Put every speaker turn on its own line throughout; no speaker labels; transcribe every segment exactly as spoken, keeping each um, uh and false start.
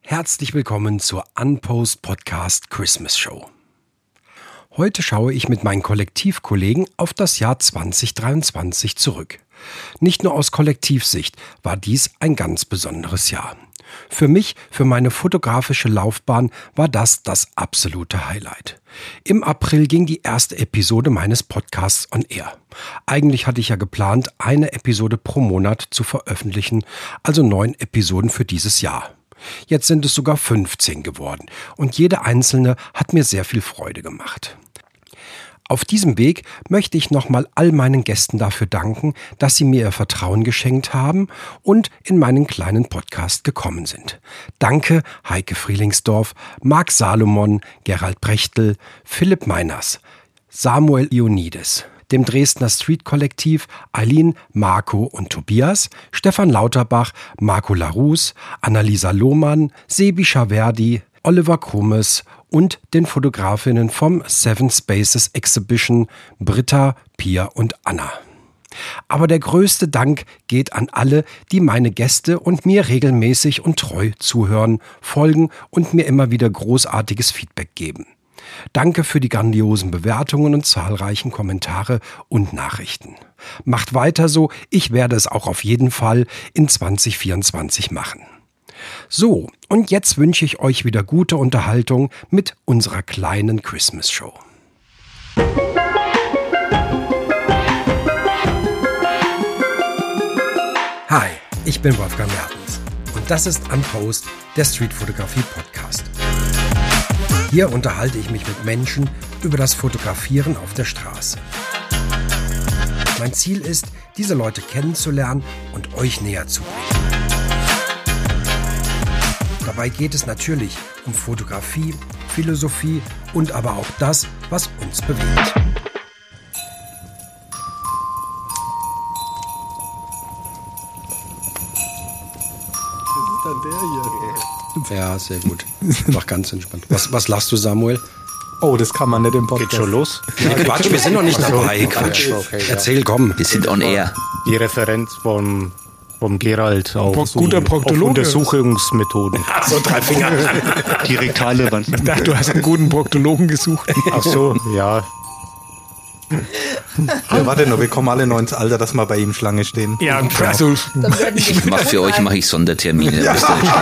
Herzlich willkommen zur Unpost Podcast Christmas Show. Heute schaue ich mit meinen Kollektivkollegen auf das Jahr zwanzig dreiundzwanzig zurück. Nicht nur aus Kollektivsicht war dies ein ganz besonderes Jahr. Für mich, für meine fotografische Laufbahn war das das absolute Highlight. Im April ging die erste Episode meines Podcasts on air. Eigentlich hatte ich ja geplant, eine Episode pro Monat zu veröffentlichen, also neun Episoden für dieses Jahr. Jetzt sind es sogar fünfzehn geworden und jede einzelne hat mir sehr viel Freude gemacht. Auf diesem Weg möchte ich nochmal all meinen Gästen dafür danken, dass sie mir ihr Vertrauen geschenkt haben und in meinen kleinen Podcast gekommen sind. Danke Heike Frielingsdorf, Marc Salomon, Gerald Brechtel, Philipp Meiners, Samuel Ioannidis, dem Dresdner Street-Kollektiv Eileen, Marco und Tobias, Stefan Lauterbach, Marco Larus, Annalisa Lohmann, Sebi Schaverdi, Oliver Krumes und den Fotografinnen vom Seven Spaces Exhibition, Britta, Pia und Anna. Aber der größte Dank geht an alle, die meine Gäste und mir regelmäßig und treu zuhören, folgen und mir immer wieder großartiges Feedback geben. Danke für die grandiosen Bewertungen und zahlreichen Kommentare und Nachrichten. Macht weiter so, ich werde es auch auf jeden Fall in zwanzig vierundzwanzig machen. So, und jetzt wünsche ich euch wieder gute Unterhaltung mit unserer kleinen Christmas Show. Hi, ich bin Wolfgang Mertens und das ist Unpost, der Streetfotografie-Podcast. Hier unterhalte ich mich mit Menschen über das Fotografieren auf der Straße. Mein Ziel ist, diese Leute kennenzulernen und euch näher zu bringen. Dabei geht es natürlich um Fotografie, Philosophie und aber auch das, was uns bewegt.
Dann der hier.
Ja, sehr gut. Mach ganz entspannt. Was, was lachst du, Samuel?
Oh, das kann man nicht im Podcast.
Geht schon los?
Ja, Quatsch, wir sind noch nicht dabei. Quatsch.
Okay, ja.
Erzähl, komm.
Wir sind on air.
Die Referenz vom, vom Gerald auf,
Pro- guter Proktologe.
auf Untersuchungsmethoden.
Ach so, drei Finger.
Die rektale Wand.
Ich dachte, du hast einen guten Proktologen gesucht.
Ach so, ja.
Ja, warte nur, wir kommen alle noch ins Alter, dass wir bei ihm Schlange stehen.
Ja, also
Ich mache für euch mache ich Sondertermine. Ja.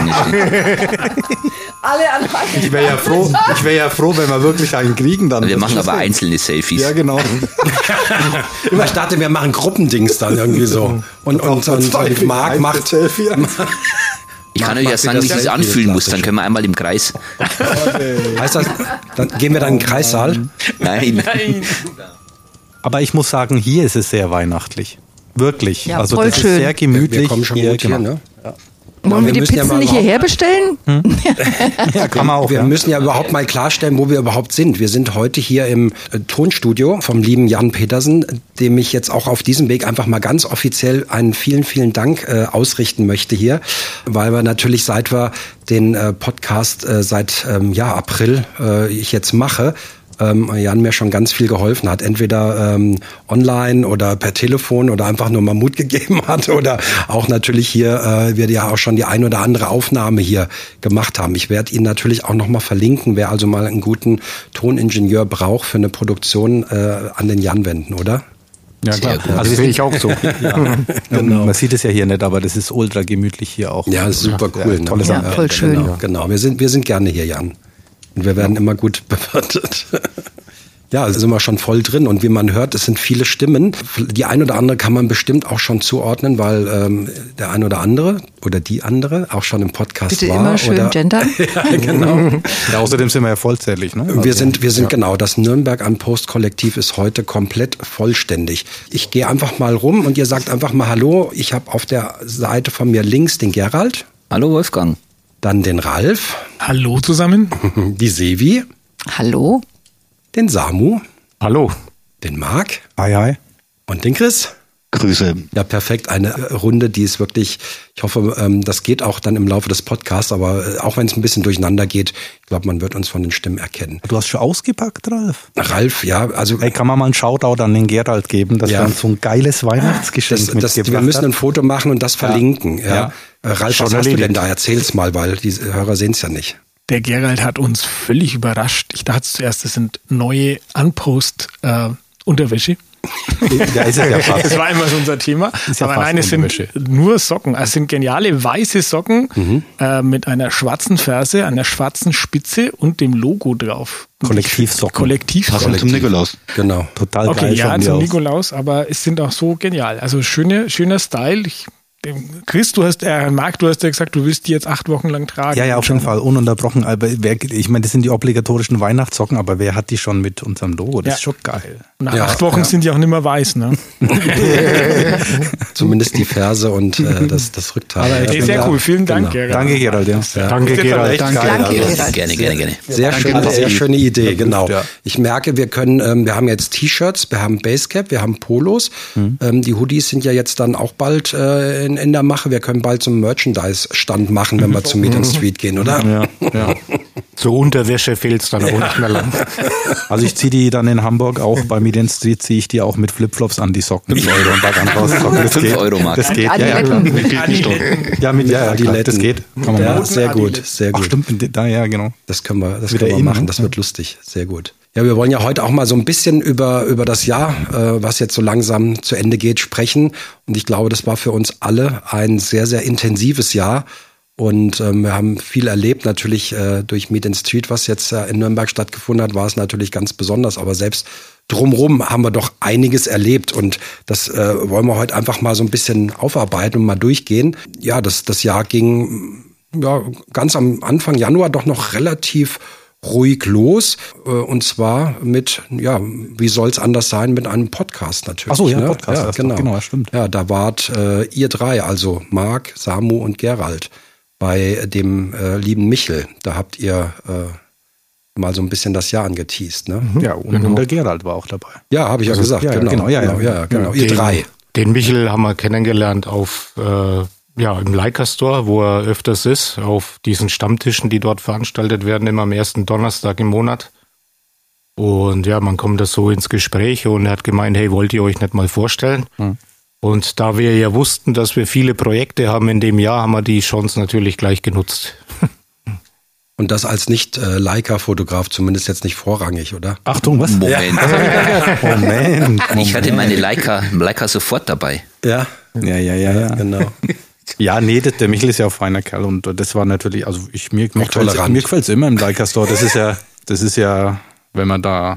Alle an
Ich wäre ja froh, ich wäre ja froh, wenn wir wirklich einen kriegen dann.
Wir
Das
machen
ist
aber
das.
einzelne Selfies.
Ja, genau.
Ich dachte, wir machen Gruppendings dann irgendwie so. Und, und, und, und Marc macht...
Selfie.
Ich kann
Mach-
euch ja
macht
sagen,
sie
wie
das
es sich
Selfie,
anfühlen
das
muss. Dann
klassisch.
können wir einmal im Kreis.
Heißt das, dann gehen wir dann in den Kreissaal?
Nein.
Aber ich muss sagen, hier ist es sehr weihnachtlich. Wirklich.
Ja,
also
voll
das
schön.
ist sehr gemütlich.
Wir kommen schon
hier,
gut hier,
genau.
ne?
Wollen wir
wir
die
müssen ja
Pizzen
mal
nicht
überhaupt-
hierher bestellen?
Ja, kann man auch.
Wir
ja.
müssen ja überhaupt mal klarstellen, wo wir überhaupt sind. Wir sind heute hier im äh, Tonstudio vom lieben Jan Petersen, dem ich jetzt auch auf diesem Weg einfach mal ganz offiziell einen vielen, vielen Dank äh, ausrichten möchte hier, weil wir natürlich seit wir den äh, Podcast äh, seit ähm, ja, April äh, ich jetzt mache, ähm, Jan mir schon ganz viel geholfen hat, entweder ähm, online oder per Telefon oder einfach nur mal Mut gegeben hat oder auch natürlich hier, äh, wir ja auch schon die ein oder andere Aufnahme hier gemacht haben. Ich werde ihn natürlich auch nochmal verlinken, wer also mal einen guten Toningenieur braucht für eine Produktion, äh, an den Jan wenden, oder?
Ja, klar.
Sehr gut.
Also
Das sehe ich auch so.
Genau.
Man sieht es ja hier nicht, aber das ist ultra gemütlich hier auch.
Ja, ist super cool. Ne?
Tolle
Ja,
Sache.
voll schön.
Genau, genau. Wir sind, wir sind gerne hier, Jan. Und wir werden immer gut bewirtet. Ja, da sind wir schon voll drin. Und wie man hört, es sind viele Stimmen. Die ein oder andere kann man bestimmt auch schon zuordnen, weil ähm, der ein oder andere oder die andere auch schon im Podcast
Bitte
war.
immer schön
oder,
gendern.
ja, genau.
Ja, außerdem sind wir ja vollzählig. Ne? Also,
Wir sind, wir sind genau, das Nürnberg Unpost Kollektiv ist heute komplett vollständig. Ich gehe einfach mal rum und ihr sagt einfach mal Hallo. Ich habe auf der Seite von mir links den Gerald,
Hallo Wolfgang.
dann den Ralf,
hallo zusammen.
die Sevi,
Hallo?
den Samu,
Hallo.
den Marc
Hi, hi.
und den Chris.
Grüße.
Ja, perfekt. Eine äh, Runde, die ist wirklich, ich hoffe, ähm, das geht auch dann im Laufe des Podcasts, aber äh, auch wenn es ein bisschen durcheinander geht, ich glaube, man wird uns von den Stimmen erkennen.
Du hast schon ausgepackt, Ralf?
Ralf, ja, also...
Hey, kann man mal einen Shoutout an den Gerald geben, dass
Ja.
er uns so ein geiles Weihnachtsgeschenk
das, das,
mitgebracht
wir müssen
hat?
ein Foto machen und das verlinken. Ja.
Ja.
Äh, Ralf,
Schon
was hast du
erledigt.
denn da? Erzähl's mal, weil die Hörer sehen es ja nicht.
Der Gerald hat uns völlig überrascht. Ich dachte zuerst, das sind neue Unpost-Unterwäsche.
Ja, ist es ja fast.
Das war immer so unser Thema.
Ist ja
Aber
fast
nein, es sind
Unterwäsche.
nur Socken. Es sind geniale weiße Socken
Mhm.
äh, mit einer schwarzen Ferse, einer schwarzen Spitze und dem Logo drauf.
Kollektivsocken.
Kollektivsocken.
Passend zum Nikolaus.
Genau.
Total
Okay,
geil
ja,
schauen die
zum
aus.
Nikolaus, aber es sind auch so genial. Also schöne, schöner Style. Ich, dem- Chris, du hast, äh, Marc, du hast ja gesagt, du willst die jetzt acht Wochen lang tragen.
Ja, ja, auf jeden Fall, ununterbrochen. Aber wer, ich meine, das sind die obligatorischen Weihnachtssocken, aber wer hat die schon mit unserem Logo? Das
Ja.
ist schon geil.
Nach
Ja,
acht Wochen
ja.
sind die auch nicht mehr weiß, ne?
Zumindest die Ferse und äh, das, das Rückteil.
Aber
Ja,
ey, sehr
ja,
cool, vielen Dank,
genau.
Gerald.
Danke, Gerald. Ja.
Danke, Gerald.
Echt geil.
Danke,
Also,
Gerald.
Gerne, gerne, gerne.
Sehr
Danke,
schöne,
dass
sehr
Sie-
schöne Idee, genau.
Ja.
Ich merke, wir können, ähm, wir haben jetzt T-Shirts, wir haben Basecap, wir haben Polos.
Hm.
Ähm, die Hoodies sind ja jetzt dann auch bald äh, in, in der Mache. Wir können bald so einen Merchandise-Stand machen, wenn wir zum Meet and Street gehen, oder?
Ja, ja.
Zur Unterwäsche fehlt's dann auch nicht mehr lang.
Also ich ziehe die dann in Hamburg auch, bei Meet and Street ziehe ich die auch mit Flipflops an, die Socken. fünf Euro und da ganz raus. Das
Fünf
geht.
Euro, Marc.
Das geht, ja, ja.
Adiletten.
Ja, mit, ja, ja, klar,
Adiletten.
das geht. Kann man
Ja,
machen.
sehr gut, sehr
Ach
gut.
stimmt, da, ja, genau.
Das können wir, das
Wieder
können wir
in,
machen.
ne?
Das wird lustig. Sehr gut. Ja, wir wollen ja heute auch mal so ein bisschen über, über das Jahr, äh, was jetzt so langsam zu Ende geht, sprechen. Und ich glaube, das war für uns alle ein sehr, sehr intensives Jahr. Und ähm, wir haben viel erlebt. Natürlich äh, durch Meet and Street, was jetzt äh, in Nürnberg stattgefunden hat, war es natürlich ganz besonders. Aber selbst drumherum haben wir doch einiges erlebt. Und das äh, wollen wir heute einfach mal so ein bisschen aufarbeiten und mal durchgehen. Ja, das, das Jahr ging ja ganz am Anfang Januar doch noch relativ ruhig los, äh, und zwar mit, ja, wie soll's anders sein, mit einem Podcast natürlich.
Ach so, ja,
ne?
Podcast,
ja,
das
genau.
genau, stimmt.
Ja, da wart äh, ihr drei, also Marc, Samu und Gerald, bei dem äh, lieben Michel. Da habt ihr äh, mal so ein bisschen das Jahr angeteast, ne?
Ja, und, und der Gerald war auch dabei.
Ja, habe ich ja gesagt,
ja, ja,
genau.
genau, ja, ja,
ja, genau.
ja.
Ihr
Den-
drei.
Den Michel haben wir kennengelernt auf, äh, ja, im Leica Store, wo er öfters ist, auf diesen Stammtischen, die dort veranstaltet werden, immer am ersten Donnerstag im Monat. Und ja, man kommt da so ins Gespräch und er hat gemeint, hey, wollt ihr euch nicht mal vorstellen?
Hm.
Und da wir ja wussten, dass wir viele Projekte haben in dem Jahr, haben wir die Chance natürlich gleich genutzt.
Und das als Nicht-Leica-Fotograf, zumindest jetzt nicht vorrangig, oder?
Achtung, was?
Moment.
Moment.
Ich hatte meine Leica, Leica sofort dabei.
Ja,
Ja, ja, ja, ja.
genau.
Ja, nee, das, der Michel ist ja ein feiner Kerl und das war natürlich, also ich, mir, mir gefällt's,
tolerant.
mir gefällt's immer im Leica Store. Das ist ja, das ist ja, wenn man da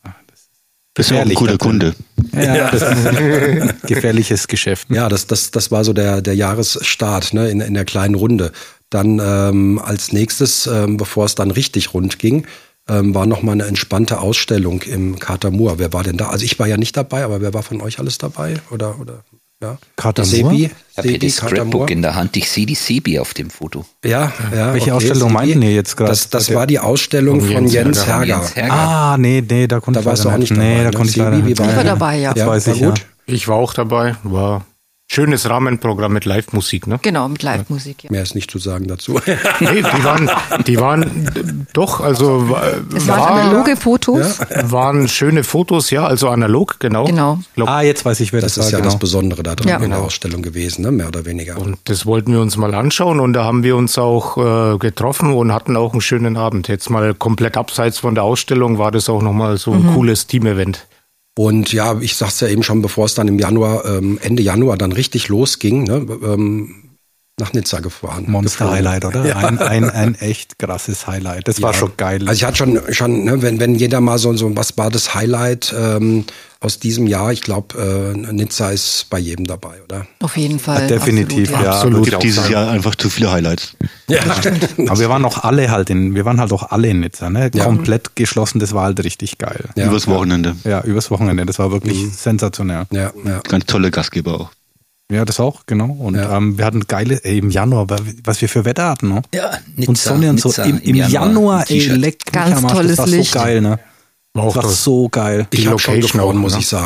Bist ja auch ein
gefährlich
guter
da drin.
Kunde.
Ja, das ist ein gefährliches Geschäft.
Ja, das, das, das war so der, der Jahresstart, ne, in, in der kleinen Runde. Dann ähm, als nächstes, ähm, bevor es dann richtig rund ging, ähm, war noch mal eine entspannte Ausstellung im Katamur. Wer war denn da? Also ich war ja nicht dabei, aber wer war von euch alles dabei? Oder, oder, ja?
Katamur?
Sebi?
Ich habe hier
Sebi,
das Scrapbook in der Hand. Ich sehe die Sebi auf dem Foto.
Ja, ja.
Welche
okay,
Ausstellung
Sebi.
meinten ihr jetzt gerade?
Das, das war die Ausstellung von,
Von
Jens,
Jens
Herger.
Jens Herger.
Ah, nee, nee, da konnte
Da
ich
warst
leider
du auch nicht
nicht.
dabei.
Nee, da
ne?
konnte ich
Sebi,
leider
wie
nicht.
war
Ich war
der?
dabei, ja.
Das weiß
war
ich,
gut.
ja.
Ich war auch dabei, war schönes Rahmenprogramm mit Live-Musik, ne?
Genau, mit Live-Musik, ja.
Mehr ist nicht zu sagen dazu.
Nee, die waren, die waren doch, also wa-
Es waren
war,
analoge Fotos.
waren schöne Fotos, ja, also analog, genau.
Genau.
Ich glaub,
Ah, jetzt weiß ich, wer
Das
das,
ist
war,
ja
genau.
das Besondere da drin
Ja.
in der
Genau.
Ausstellung gewesen, ne? Mehr oder weniger.
Und das wollten wir uns mal anschauen und da haben wir uns auch äh, getroffen und hatten auch einen schönen Abend. Jetzt mal komplett abseits von der Ausstellung war das auch nochmal so ein cooles Team-Event.
Und ja, ich sag's ja eben schon, bevor es dann im Januar, ähm, Ende Januar dann richtig losging, ne, ähm, nach Nizza gefahren.
Monster
geflogen.
Highlight, oder?
Ja.
Ein, ein, ein echt krasses Highlight. Das war
Ja.
schon geil.
Also ich hatte schon, schon, ne, wenn, wenn jeder mal so, so, was war das Highlight ähm, aus diesem Jahr? Ich glaube, äh, Nizza ist bei jedem dabei, oder?
Auf jeden Fall.
Definitiv,
absolut,
ja.
Absolut.
Es gibt dieses Jahr einfach zu viele Highlights.
Ja, stimmt.
Aber wir waren auch alle halt in, wir waren halt auch alle in Nizza, ne?
Ja.
Komplett geschlossen, das war halt richtig geil.
Ja.
Übers Wochenende.
Ja, übers Wochenende, das war wirklich sensationell.
Ja, ja.
Ganz tolle Gastgeber auch.
Ja, das auch, genau. Und
Ja.
ähm, wir hatten geile, ey, im Januar, was wir für Wetter hatten, ne?
Ja, Nizza,
Und Sonne und so.
Nizza
Im, im Januar, ey,
T-Shirt.
leck mich
Ganz
am Arsch,
tolles
das war
Licht.
so geil, ne?
War
Das
auch
war
das.
so geil.
Ich habe schon
Location
gefroren,
auch,
muss
ne?
ich sagen.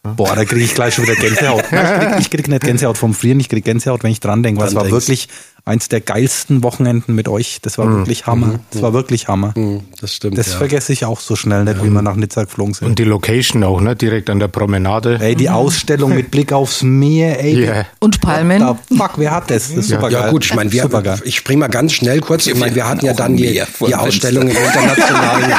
Boah, da kriege ich gleich schon wieder Gänsehaut. Nein, ich kriege ich krieg nicht Gänsehaut vom Frieren, ich kriege Gänsehaut, wenn ich dran denke. Es war
denkst.
wirklich eins der geilsten Wochenenden mit euch. Das war
Mhm.
wirklich Hammer. Das war wirklich Hammer.
Hm, das stimmt.
Das
ja.
vergesse ich auch so schnell nicht, wie wir nach Nizza geflogen sind.
Und die Location auch, ne? Direkt an der Promenade.
Ey, die Ausstellung mit Blick aufs Meer, ey.
Yeah.
Und Palmen.
Da, fuck, wer hat das? Das ist super
Ja
geil.
gut, ich meine, wir,
Supergeil.
ich springe mal ganz schnell kurz. Ich meine, wir hatten ja
auch
dann die,
mehr vor
die
dem
Ausstellung im internationalen,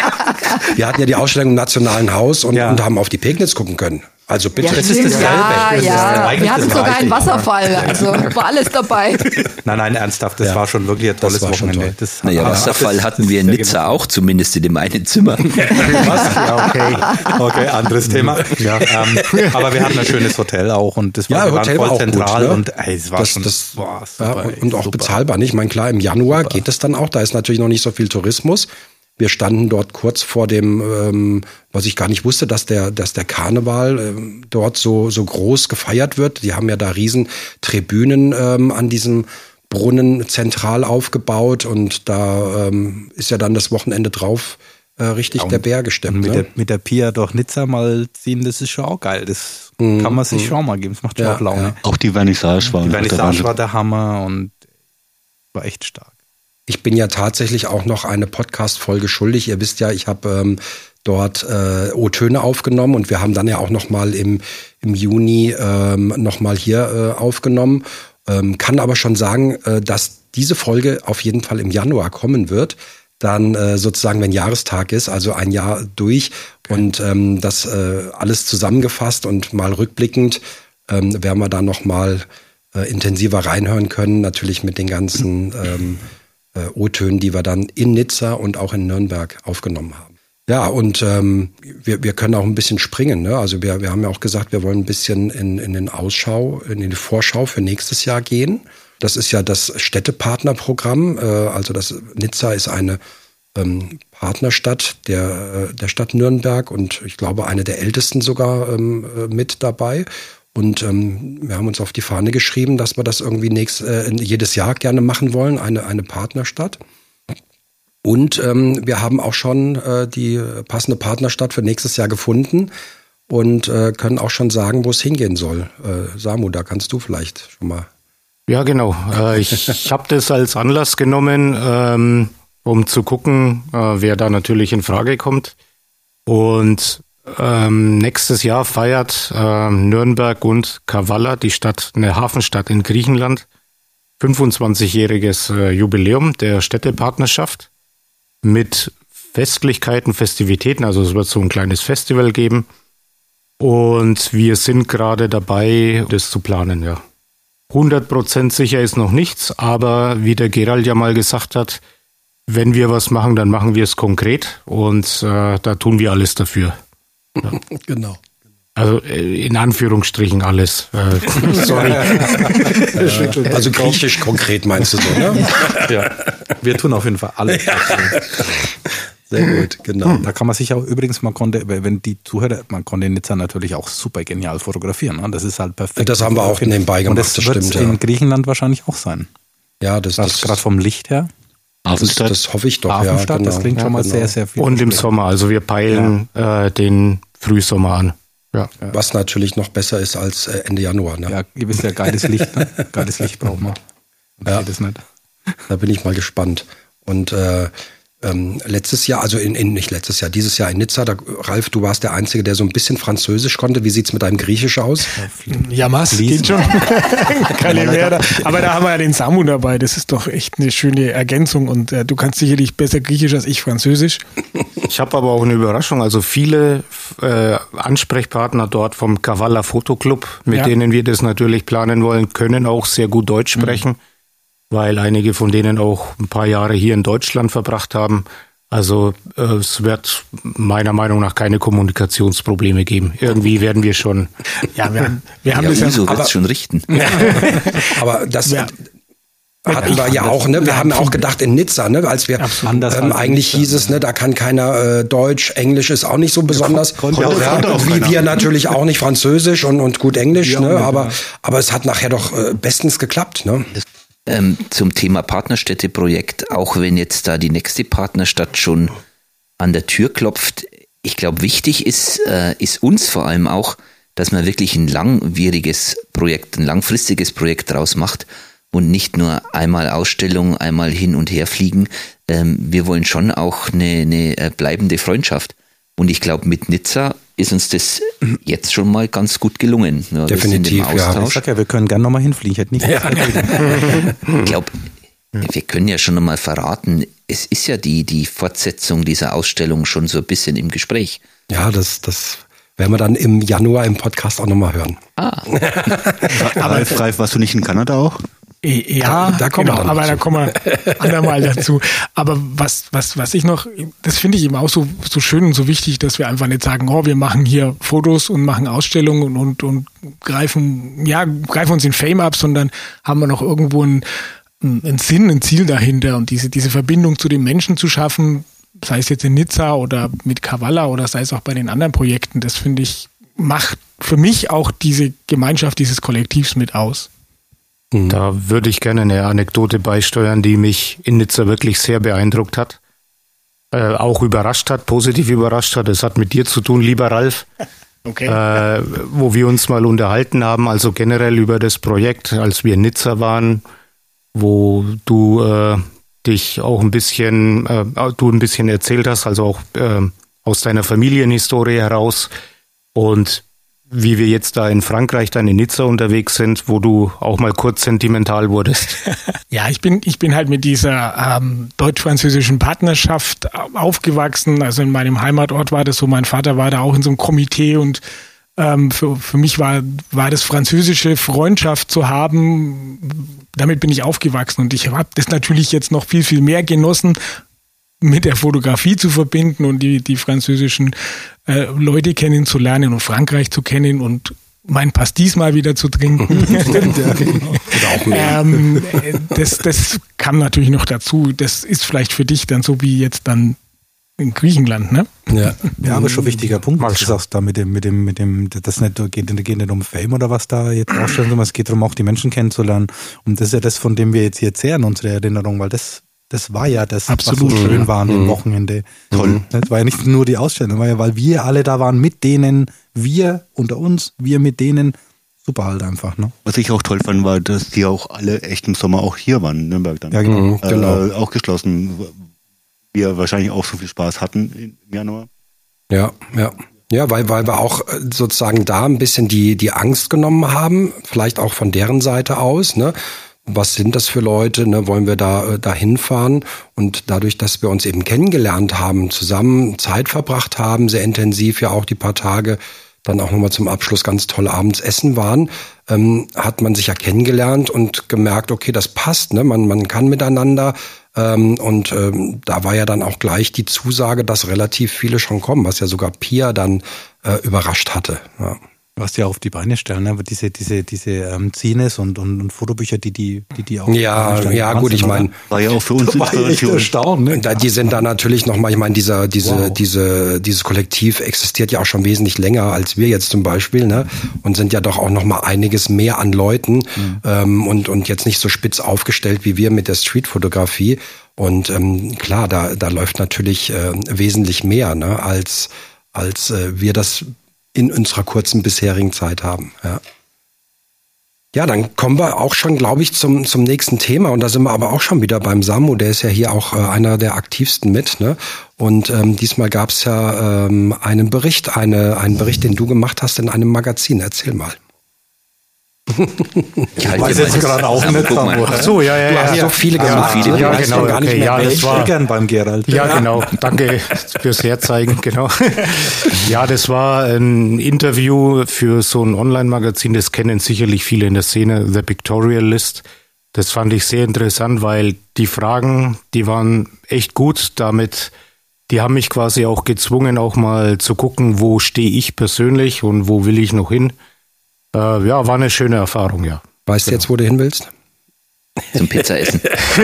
wir hatten ja die Ausstellung im Nationalen Haus und,
Ja.
und haben auf die Pegnitz gucken können. Also bitte.
Ja,
Das ist
stimmt.
dasselbe.
Ja,
Das ist
ja.
eigentlich
Wir hatten
das
sogar
Gleiche.
einen Wasserfall. Also war alles dabei.
Nein, nein, ernsthaft, das
Ja.
war schon wirklich ein tolles
war schon
Wochenende.
toll.
Das
Naja,
hat-
Wasserfall
das-
hatten
das
wir in
sehr
Nizza auch, zumindest in dem einen Zimmer.
Was? Ja, okay. Okay, anderes Thema. Ja, ähm, aber wir hatten ein schönes Hotel auch und das war,
Ja,
wir waren
Hotel war
voll
auch gut,
zentral
ne?
und ey, es war
Das-
schon
das-
boah,
Ja,
super,
und, und auch
super.
bezahlbar, nicht? Ich meine, klar, im Januar geht es dann auch, da ist natürlich noch nicht so viel Tourismus. Wir standen dort kurz vor dem, ähm, was ich gar nicht wusste, dass der, dass der Karneval ähm, dort so, so groß gefeiert wird. Die haben ja da riesen Tribünen ähm, an diesem Brunnen zentral aufgebaut und da ähm, ist ja dann das Wochenende drauf äh, richtig
Ja,
der
und-
Bär
Und
gestemmt.
mit,
Ne?
der, mit der Pia durch Nizza mal ziehen, das ist schon auch geil. Das kann man sich schon mal geben. Das macht schon
Ja,
auch Laune.
ja.
Auch die Vernissage war
Die
einfach der
Vernissage
Wahnsinn.
war der Hammer und war echt stark.
Ich bin ja tatsächlich auch noch eine Podcast-Folge schuldig. Ihr wisst ja, ich habe ähm, dort äh, O-Töne aufgenommen und wir haben dann ja auch noch mal im, im Juni ähm, noch mal hier äh, aufgenommen. Ähm, kann aber schon sagen, äh, dass diese Folge auf jeden Fall im Januar kommen wird. Dann äh, sozusagen, wenn Jahrestag ist, also ein Jahr durch und ähm, das äh, alles zusammengefasst und mal rückblickend ähm, werden wir da noch mal äh, intensiver reinhören können. Natürlich mit den ganzen ähm, äh, O-Tönen, die wir dann in Nizza und auch in Nürnberg aufgenommen haben. Ja, und ähm, wir, wir können auch ein bisschen springen. Ne? Also wir, wir haben ja auch gesagt, wir wollen ein bisschen in, in den Ausschau, in die Vorschau für nächstes Jahr gehen. Das ist ja das Städtepartnerprogramm. Äh, also das Nizza ist eine ähm, Partnerstadt der, äh, der Stadt Nürnberg und ich glaube eine der ältesten sogar ähm, äh, mit dabei. Und ähm, wir haben uns auf die Fahne geschrieben, dass wir das irgendwie nächst, äh, jedes Jahr gerne machen wollen, eine, eine Partnerstadt. Und ähm, wir haben auch schon äh, die passende Partnerstadt für nächstes Jahr gefunden und äh, können auch schon sagen, wo es hingehen soll. Äh, Samu, da kannst du vielleicht schon mal.
Ja, genau. Äh, ich ich habe das als Anlass genommen, ähm, um zu gucken, äh, wer da natürlich in Frage kommt. Und ähm, nächstes Jahr feiert äh, Nürnberg und Kavala, die Stadt, eine Hafenstadt in Griechenland, fünfundzwanzigjähriges äh, Jubiläum der Städtepartnerschaft mit Festlichkeiten, Festivitäten. Also es wird so ein kleines Festival geben. Und wir sind gerade dabei, das zu planen, ja. hundert Prozent sicher ist noch nichts, aber wie der Gerald ja mal gesagt hat, wenn wir was machen, dann machen wir es konkret und äh, da tun wir alles dafür. Ja.
Genau.
Also äh, in Anführungsstrichen alles. Äh, sorry.
Also griechisch konkret meinst du so, ne?
Ja. Wir tun auf jeden Fall alles.
Sehr gut, genau.
Da kann man sich auch übrigens, man konnte, wenn die Zuhörer, man konnte in Nizza natürlich auch super genial fotografieren. Ne? Das ist halt perfekt.
Das haben wir auch nebenbei gemacht,
Und das,
das
wird
stimmt,
in
ja.
Griechenland wahrscheinlich auch sein.
Ja, das,
Das
das,
gerade vom Licht her.
das,
Hafenstadt.
das hoffe ich doch.
Hafenstadt,
ja, genau.
das klingt schon mal
genau.
sehr, sehr viel.
Und im Sommer, also wir peilen äh, den Frühsommer an. Ja.
Was natürlich noch besser ist als äh, Ende Januar. Ne?
Ja, ihr wisst ja, geiles Licht. Ne? Geiles Licht braucht man. Und
Ja.
geht es nicht.
Da bin ich mal gespannt. Und äh, ähm, letztes Jahr, also in, in nicht letztes Jahr, dieses Jahr in Nizza, da, Ralf, du warst der Einzige, der so ein bisschen Französisch konnte. Wie sieht's mit deinem Griechisch aus?
Yamas,
Fließen.
geht schon. Kalimera. Aber da haben wir ja den Samu dabei. Das ist doch echt eine schöne Ergänzung und äh, du kannst sicherlich besser Griechisch als ich Französisch.
Ich habe aber auch eine Überraschung. Also viele äh, Ansprechpartner dort vom Kavala Fotoclub, mit
Ja.
denen wir das natürlich planen wollen, können auch sehr gut Deutsch sprechen, mhm. weil einige von denen auch ein paar Jahre hier in Deutschland verbracht haben. Also äh, es wird meiner Meinung nach keine Kommunikationsprobleme geben. Irgendwie werden wir schon.
Ja, wir, wir haben
Ja,
das ja.
Uso
aber-
wird's schon richten.
Aber das
Ja.
hatten wir ja auch, ne? Wir
Ja,
haben ja auch
absolut.
gedacht in Nizza, ne? Als wir
Anders
ähm,
als in
eigentlich
Nizza,
hieß es, ne, da kann keiner äh, Deutsch, Englisch ist auch nicht so besonders.
konnte
ja,
auch-
ja,
konnte auch
und wie
keiner.
wir natürlich auch nicht Französisch und, und gut Englisch,
Ja,
ne?
nicht,
Aber,
ja.
aber es hat nachher doch äh, bestens geklappt, ne?
Ähm, zum Thema Partnerstädteprojekt, auch wenn jetzt da die nächste Partnerstadt schon an der Tür klopft, ich glaube, wichtig ist, äh, ist uns vor allem auch, dass man wirklich ein langwieriges Projekt, ein langfristiges Projekt draus macht und nicht nur einmal Ausstellung, einmal hin und her fliegen. Ähm, wir wollen schon auch eine, eine bleibende Freundschaft. Und ich glaube, mit Nizza ist uns das jetzt schon mal ganz gut gelungen. Ja,
definitiv, ja.
Ich sag ja, wir können gerne nochmal hinfliegen. Ich hätte nicht
ja.
Ich glaube, wir können ja schon nochmal verraten, es ist ja die, die Fortsetzung dieser Ausstellung schon so ein bisschen im Gespräch.
Ja, das, das werden wir dann im Januar im Podcast auch nochmal hören.
Ah.
Ralf, Ralf, warst du nicht in Kanada auch?
Ja,
da, da kommen
genau,
wir
aber
zu.
da kommen wir andermal dazu. Aber was, was, was ich noch, das finde ich eben auch so, so schön und so wichtig, dass wir einfach nicht sagen, oh, wir machen hier Fotos und machen Ausstellungen und, und, und greifen, ja, greifen uns in Fame ab, sondern haben wir noch irgendwo einen, einen Sinn, ein Ziel dahinter und diese, diese Verbindung zu den Menschen zu schaffen, sei es jetzt in Nizza oder mit Kavala oder sei es auch bei den anderen Projekten, das finde ich, macht für mich auch diese Gemeinschaft dieses Kollektivs mit aus.
Da würde ich gerne eine Anekdote beisteuern, die mich in Nizza wirklich sehr beeindruckt hat. Äh, auch überrascht hat, positiv überrascht hat. Das hat mit dir zu tun, lieber Ralf.
Okay.
Äh, wo wir uns mal unterhalten haben, also generell über das Projekt, als wir in Nizza waren, wo du äh, dich auch ein bisschen, äh, du ein bisschen erzählt hast, also auch äh, aus deiner Familienhistorie heraus und wie wir jetzt da in Frankreich dann in Nizza unterwegs sind, wo du auch mal kurz sentimental wurdest.
Ja, ich bin ich bin halt mit dieser ähm, deutsch-französischen Partnerschaft aufgewachsen. Also in meinem Heimatort war das so, mein Vater war da auch in so einem Komitee und ähm, für, für mich war, war das französische Freundschaft zu haben, damit bin ich aufgewachsen und ich habe das natürlich jetzt noch viel, viel mehr genossen, mit der Fotografie zu verbinden und die, die französischen äh, Leute kennenzulernen und Frankreich zu kennen und mein Pastis mal wieder zu trinken. Stimmt, ja, genau. Oder auch mehr. Ähm, das, das kam natürlich noch dazu. Das ist vielleicht für dich dann so wie jetzt dann in Griechenland, ne?
Ja, ja, aber schon ein wichtiger Punkt. Was du sagst da mit dem, mit dem, mit dem, das nicht, geht, geht nicht um Fame oder was da jetzt ausstellen, sondern es geht darum, auch die Menschen kennenzulernen. Und das ist ja das, von dem wir jetzt hier zehren, unsere Erinnerung, weil das Das war ja das,
Absolut,
was so schön
ja.
war an dem
Mhm.
Wochenende.
Toll.
Das war ja nicht nur die Ausstellung, war ja, weil wir alle da waren mit denen, wir unter uns, wir mit denen. Super halt einfach, ne?
Was ich auch toll fand, war, dass die auch alle echt im Sommer auch hier waren in Nürnberg dann.
Ja, genau.
Mhm, genau.
Äh, auch geschlossen. Wir wahrscheinlich auch so viel Spaß hatten im Januar.
Ja, ja. Ja, weil, weil wir auch sozusagen da ein bisschen die, die Angst genommen haben, vielleicht auch von deren Seite aus, ne? Was sind das für Leute, ne? Wollen wir da, da hinfahren? Und dadurch, dass wir uns eben kennengelernt haben, zusammen Zeit verbracht haben, sehr intensiv ja auch die paar Tage, dann auch nochmal zum Abschluss ganz toll abends essen waren, ähm, hat man sich ja kennengelernt und gemerkt, okay, das passt, ne? Man, man kann miteinander. Ähm, und ähm, da war ja dann auch gleich die Zusage, dass relativ viele schon kommen, was ja sogar Pia dann äh, überrascht hatte. Ja.
Was die auch auf die Beine stellen, ne? Aber diese, diese, diese ähm, Zines und, und, und Fotobücher, die die, die, die auch.
Ja, ja, gut, ich meine,
war ja auch für uns
war echt erstaunt, ne?
Da, die sind da natürlich nochmal, ich meine, dieser, diese,
Wow.
diese, dieses Kollektiv existiert ja auch schon wesentlich länger als wir jetzt zum Beispiel, ne? Und sind ja doch auch nochmal einiges mehr an Leuten, mhm. ähm, und, und jetzt nicht so spitz aufgestellt wie wir mit der Streetfotografie. Und ähm, klar, da, da läuft natürlich äh, wesentlich mehr, ne? Als, als äh, wir das in unserer kurzen bisherigen Zeit haben, ja. Ja, dann kommen wir auch schon, glaube ich, zum, zum nächsten Thema. Und da sind wir aber auch schon wieder beim Samu. Der ist ja hier auch äh, einer der aktivsten mit, ne? Und ähm, diesmal gab es ja ähm, einen Bericht, eine, einen Bericht, den du gemacht hast in einem Magazin. Erzähl mal.
Ich halte
weiß
dir
jetzt
mal-
gerade auch
Samu,
nicht,
guck mal.
Samu.
Ach so, ja, ja,
Du
ja.
hast so viele
Ja,
gemacht.
viele
ne?
ja,
Du weißt
genau,
doch gar nicht
okay,
mehr,
ja, das
welche.
war-
Gern beim Gerald.
Ja, genau. Danke fürs Herzeigen, genau. Ja, das war ein Interview für so ein Online-Magazin, das kennen sicherlich viele in der Szene, The Pictorial List. Das fand ich sehr interessant, weil die Fragen, die waren echt gut. Damit, die haben mich quasi auch gezwungen, auch mal zu gucken, wo stehe ich persönlich und wo will ich noch hin. Äh, ja, war eine schöne Erfahrung, ja.
Weißt du jetzt, wo du hin willst?
Zum Pizza essen.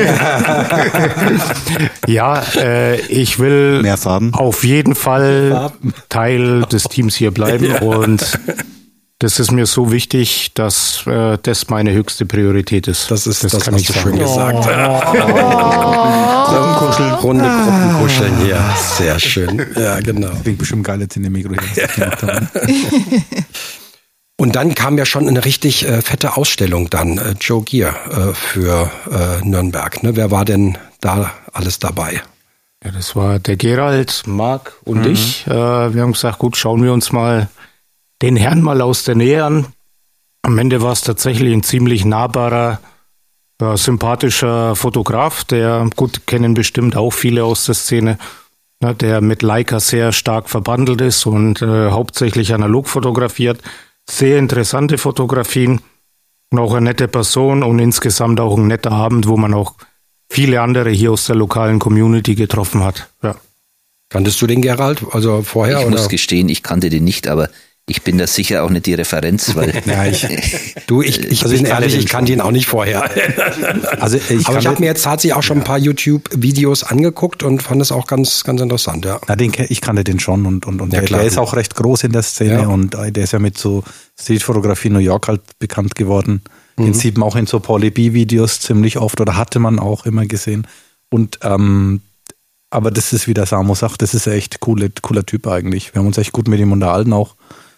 Ja, äh, ich will
Mehr Farben.
auf jeden Fall Teil des Teams hier bleiben und das ist mir so wichtig, dass äh, das meine höchste Priorität ist.
Das ist das,
kann
hast
ich
du
sagen.
schön gesagt. Gruppenkuscheln, Runde Gruppenkuscheln hier. Sehr schön. Ja, genau.
Klingt bestimmt geil jetzt in dem Mikro hier.
Und dann kam ja schon eine richtig äh, fette Ausstellung dann, äh, Joe Gear äh, für äh, Nürnberg. Ne? Wer war denn da alles dabei?
Ja, das war der Gerald, Marc und mhm. ich. Äh, wir haben gesagt, gut, schauen wir uns mal den Herrn mal aus der Nähe an. Am Ende war es tatsächlich ein ziemlich nahbarer, äh, sympathischer Fotograf, der, gut, kennen bestimmt auch viele aus der Szene, ne, der mit Leica sehr stark verbandelt ist und äh, hauptsächlich analog fotografiert. Sehr interessante Fotografien, und auch eine nette Person und insgesamt auch ein netter Abend, wo man auch viele andere hier aus der lokalen Community getroffen hat. Ja.
Kanntest du den Gerald, also vorher?
Ich
oder?
muss gestehen, ich kannte den nicht, aber ich bin da sicher auch nicht die Referenz, weil
ja, ich, du, ich, ich also bin ich ehrlich, ich kannte ihn auch nicht vorher. Also ich aber ich habe mir jetzt tatsächlich auch schon ein paar YouTube-Videos angeguckt und fand es auch ganz, ganz interessant. Ja,
ja den, ich kannte den schon und, und, und ja, der, klar, der ist auch recht groß in der Szene ja. und der ist ja mit so Streetfotografie New York halt bekannt geworden. Mhm. Den sieht man auch in so Pauly B-Videos ziemlich oft oder hatte man auch immer gesehen. Und ähm, aber das ist, wie der Samo sagt, das ist echt coole, cooler Typ eigentlich. Wir haben uns echt gut mit ihm unterhalten auch.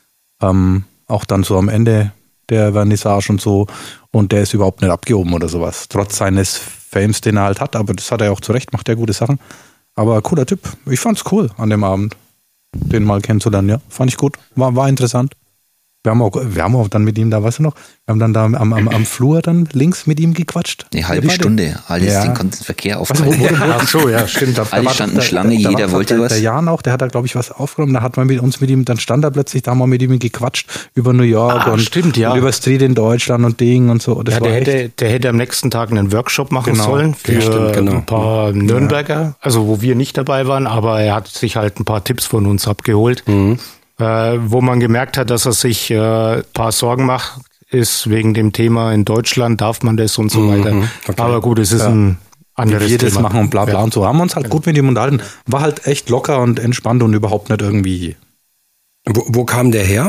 Ähm, auch dann so am Ende der Vernissage und so. Und der ist überhaupt nicht abgehoben oder sowas. Trotz seines Fames, den er halt hat. Aber das hat er auch zu Recht, macht ja gute Sachen. Aber cooler Typ. Ich fand's cool an dem Abend, den mal kennenzulernen. Ja, fand ich gut. War, war interessant. Wir haben, auch, wir haben auch dann mit ihm da, weißt du noch, wir haben dann da am, am, am Flur dann links mit ihm gequatscht.
Eine halbe Stunde, alles ja. den ganzen Verkehr aufgehalten.
Also, Ach so, ja, stimmt. Da
Alle standen
da,
Schlange,
da, da
jeder wollte
der,
was.
Der Jan auch, der hat da, glaube ich, was aufgenommen. Da hat man mit uns mit ihm, dann stand er plötzlich, da haben wir mit ihm gequatscht über New York
ah,
und,
stimmt, ja.
und über Street in Deutschland und Ding und so. Das
ja,
war
der,
echt,
hätte, der hätte am nächsten Tag einen Workshop machen
genau,
sollen für
stimmt, genau.
ein paar Nürnberger, ja. also wo wir nicht dabei waren, aber er hat sich halt ein paar Tipps von uns abgeholt. Mhm. Äh, wo man gemerkt hat, dass er sich äh, ein paar Sorgen macht, ist wegen dem Thema in Deutschland, darf man das und so weiter.
Mhm, okay.
Aber gut, es ist
ja.
ein anderes
Wie wir
Thema.
das machen und bla bla
ja.
und so. Haben wir uns halt gut mit ihm unterhalten. War halt echt locker und entspannt und überhaupt nicht irgendwie...
Wo, wo kam der her?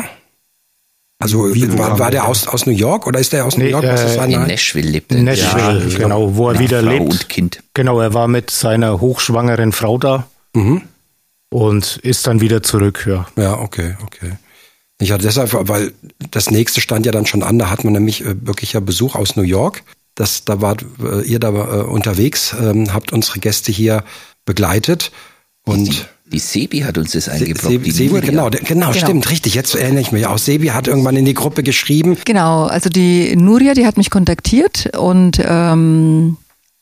Also
Wie,
war, war der, der aus, aus New York oder ist der aus New
nee,
York?
Äh,
in Nein? Nashville lebt er.
In Nashville, ja, genau, wo er wieder
Frau
lebt.
Und Kind.
Genau, er war mit seiner hochschwangeren Frau da
mhm.
und ist dann wieder zurück. Ja,
ja okay, okay. Ich hatte deshalb, weil das nächste stand ja dann schon an, da hat man nämlich äh, wirklich ja Besuch aus New York. Das, da wart äh, ihr da äh, unterwegs, ähm, habt unsere Gäste hier begleitet. Und
die, die Sebi hat uns das eingebracht.
Sebi, Sebi genau, der, genau, genau, stimmt, richtig. Jetzt erinnere ich mich auch. Sebi hat irgendwann in die Gruppe geschrieben.
Genau, also die Nuria, die hat mich kontaktiert und ähm,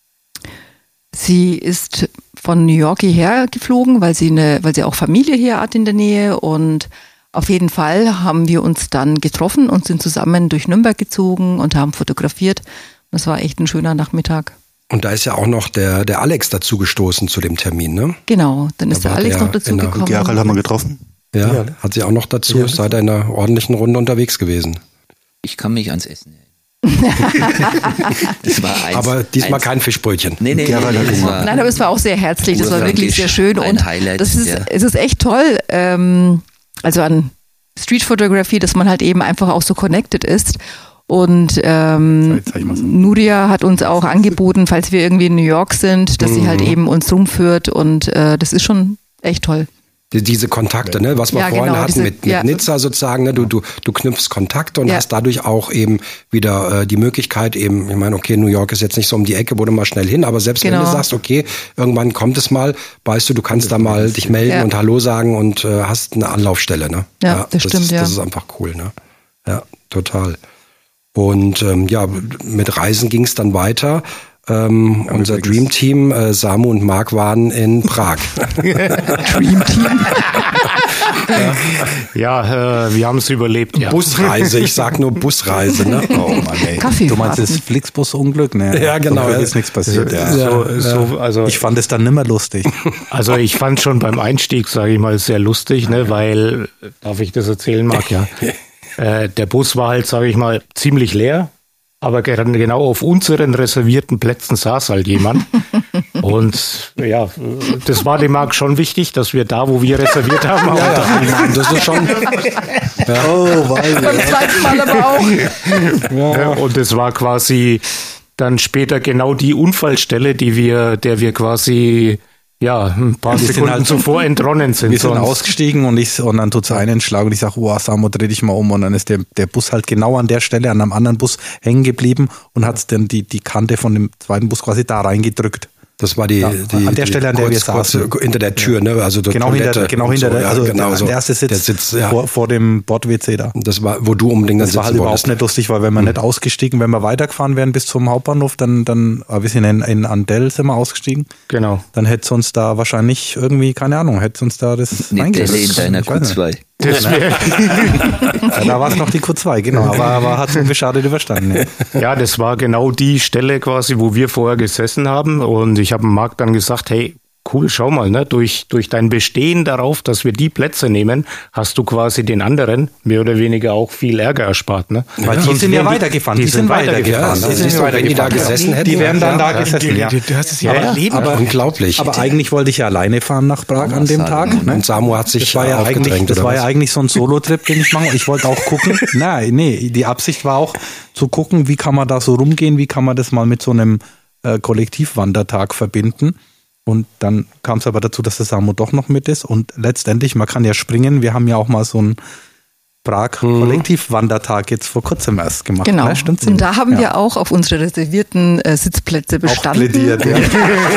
sie ist von New York hierher geflogen, weil sie eine, weil sie auch Familie hier hat in der Nähe und auf jeden Fall haben wir uns dann getroffen und sind zusammen durch Nürnberg gezogen und haben fotografiert. Das war echt ein schöner Nachmittag.
Und da ist ja auch noch der, der Alex dazu gestoßen zu dem Termin, ne?
Genau, dann ist
da
der Alex noch dazu gekommen.
Gerald haben wir getroffen.
Ja, ja, hat sie auch noch dazu, ja. Seid ihr in einer ordentlichen Runde unterwegs gewesen.
Ich kann mich ans Essen erinnern. Das war eins,
aber diesmal
eins.
kein Fischbrötchen.
Nee, nee, nee, nee das war
Nein, aber es war auch sehr herzlich, das war wirklich sehr schön.
Ein
und
Highlight,
das ist,
ja.
es ist echt toll, ähm, also an Street-Photography, dass man halt eben einfach auch so connected ist. Und ähm, Nuria hat uns auch angeboten, falls wir irgendwie in New York sind, dass mhm. sie halt eben uns rumführt und äh, das ist schon echt toll.
Diese Kontakte, ne, was wir
ja,
vorhin
genau,
hatten
diese,
mit, mit
ja.
Nizza sozusagen, ne, du, du, du knüpfst Kontakte und
ja.
hast dadurch auch eben wieder äh, die Möglichkeit eben, ich meine, okay, New York ist jetzt nicht so um die Ecke, wo du mal schnell hin, aber selbst
genau.
wenn du sagst, okay, irgendwann kommt es mal, weißt du, du kannst da mal dich melden
ja.
und Hallo sagen und äh, hast eine Anlaufstelle, ne?
Ja, ja das, das stimmt,
ist,
ja.
Das ist einfach cool, ne? Ja, total. Und ähm, ja, mit Reisen ging es dann weiter. Ähm, ja, unser Dream Team, äh, Samu und Marc waren in Prag.
Dream Team.
ja, ja äh, wir haben es überlebt. Ja.
Busreise, ich sag nur Busreise. Ne?
Oh Mann, ey.
Kaffee.
Du meinst das Flixbus-Unglück? Ne?
Ja, genau.
Da ist nichts passiert. Ja.
So, so, also,
ich fand es dann nimmer lustig.
Also ich fand schon beim Einstieg, sage ich mal, sehr lustig, ne, weil, darf ich das erzählen, Marc? Ja. äh, der Bus war halt, sage ich mal, ziemlich leer. Aber genau auf unseren reservierten Plätzen saß halt jemand. Und ja, das war dem Marc schon wichtig, dass wir da, wo wir reserviert haben, auch
ja,
da
ja. Das ist schon.
Ja. Oh, weil
beim zweiten Mal aber auch.
Ja. Ja, und es war quasi dann später genau die Unfallstelle, die wir, der wir quasi ja, ein paar
Wir sind
Sekunden
halt-
zuvor entronnen sind.
Wir sind
sonst-
ausgestiegen und ich und dann tut's einen Schlag und ich sage, oh Samo, dreh dich mal um und dann ist der, der Bus halt genau an der Stelle an einem anderen Bus hängen geblieben und hat's dann die, die Kante von dem zweiten Bus quasi da reingedrückt.
Das war die,
Ja,
die
an der
die
Stelle, an der wir
kurz,
saßen.
kurz hinter der Tür, ne? Also die
Genau
Toilette
hinter, genau
und
hinter
so,
der,
ja,
also
genau
der,
so.
der erste Sitz,
Der Sitz, ja.
vor, vor dem Bord-W C da.
Das war, wo du unbedingt dann
Das war halt
sitzen
überhaupt
wolltest.
nicht lustig, weil wenn wir nicht ausgestiegen, wenn wir weitergefahren wären bis zum Hauptbahnhof, dann, dann, aber wir sind in, in Andel sind wir ausgestiegen,
Genau.
dann hätte es uns da wahrscheinlich irgendwie, keine Ahnung, hätte uns da das
Eine Delle in
reingerissen.
deiner
Ich weiß
Q
nicht.
zwei.
Das wär,
Ja, da war es noch die Q zwei, genau, aber, aber hat es unbeschadet überstanden. Ja.
ja, das war genau die Stelle quasi, wo wir vorher gesessen haben. Und ich habe dem Marc dann gesagt, hey, cool, schau mal, ne, durch, durch dein Bestehen darauf, dass wir die Plätze nehmen, hast du quasi den anderen mehr oder weniger auch viel Ärger erspart. Ne?
Weil die
Sonst
sind ja
wären
weitergefahren,
Die,
die sind weitergefahren.
Ja,
Die sind
siehst du, wenn die da
weitergefahren.
gesessen hätten,
Die wären dann
ja,
da
ja.
gesessen, ja.
Du, du hast es ja,
Ja, ja,
erlebt.
aber-
Unglaublich.
Aber eigentlich wollte ich ja alleine fahren nach Prag an dem Tag. Ne?
Und Samu hat sich
Das war ja eigentlich,
aufgedrängt,
das
oder
war ja
was?
eigentlich so ein Solo-Trip, den ich mache. Ich wollte auch gucken. Nein, nee, die Absicht war auch zu gucken, wie kann man da so rumgehen, wie kann man das mal mit so einem äh, Kollektivwandertag verbinden. Und dann kam es aber dazu, dass der Samu doch noch mit ist. Und letztendlich, man kann ja springen. Wir haben ja auch mal so einen Prag-Kollektivwandertag jetzt vor kurzem erst gemacht.
Genau.
Ne? Stimmt's?
Und da haben
ja.
wir auch auf unsere reservierten äh, Sitzplätze
auch
bestanden.
plädiert. Ja.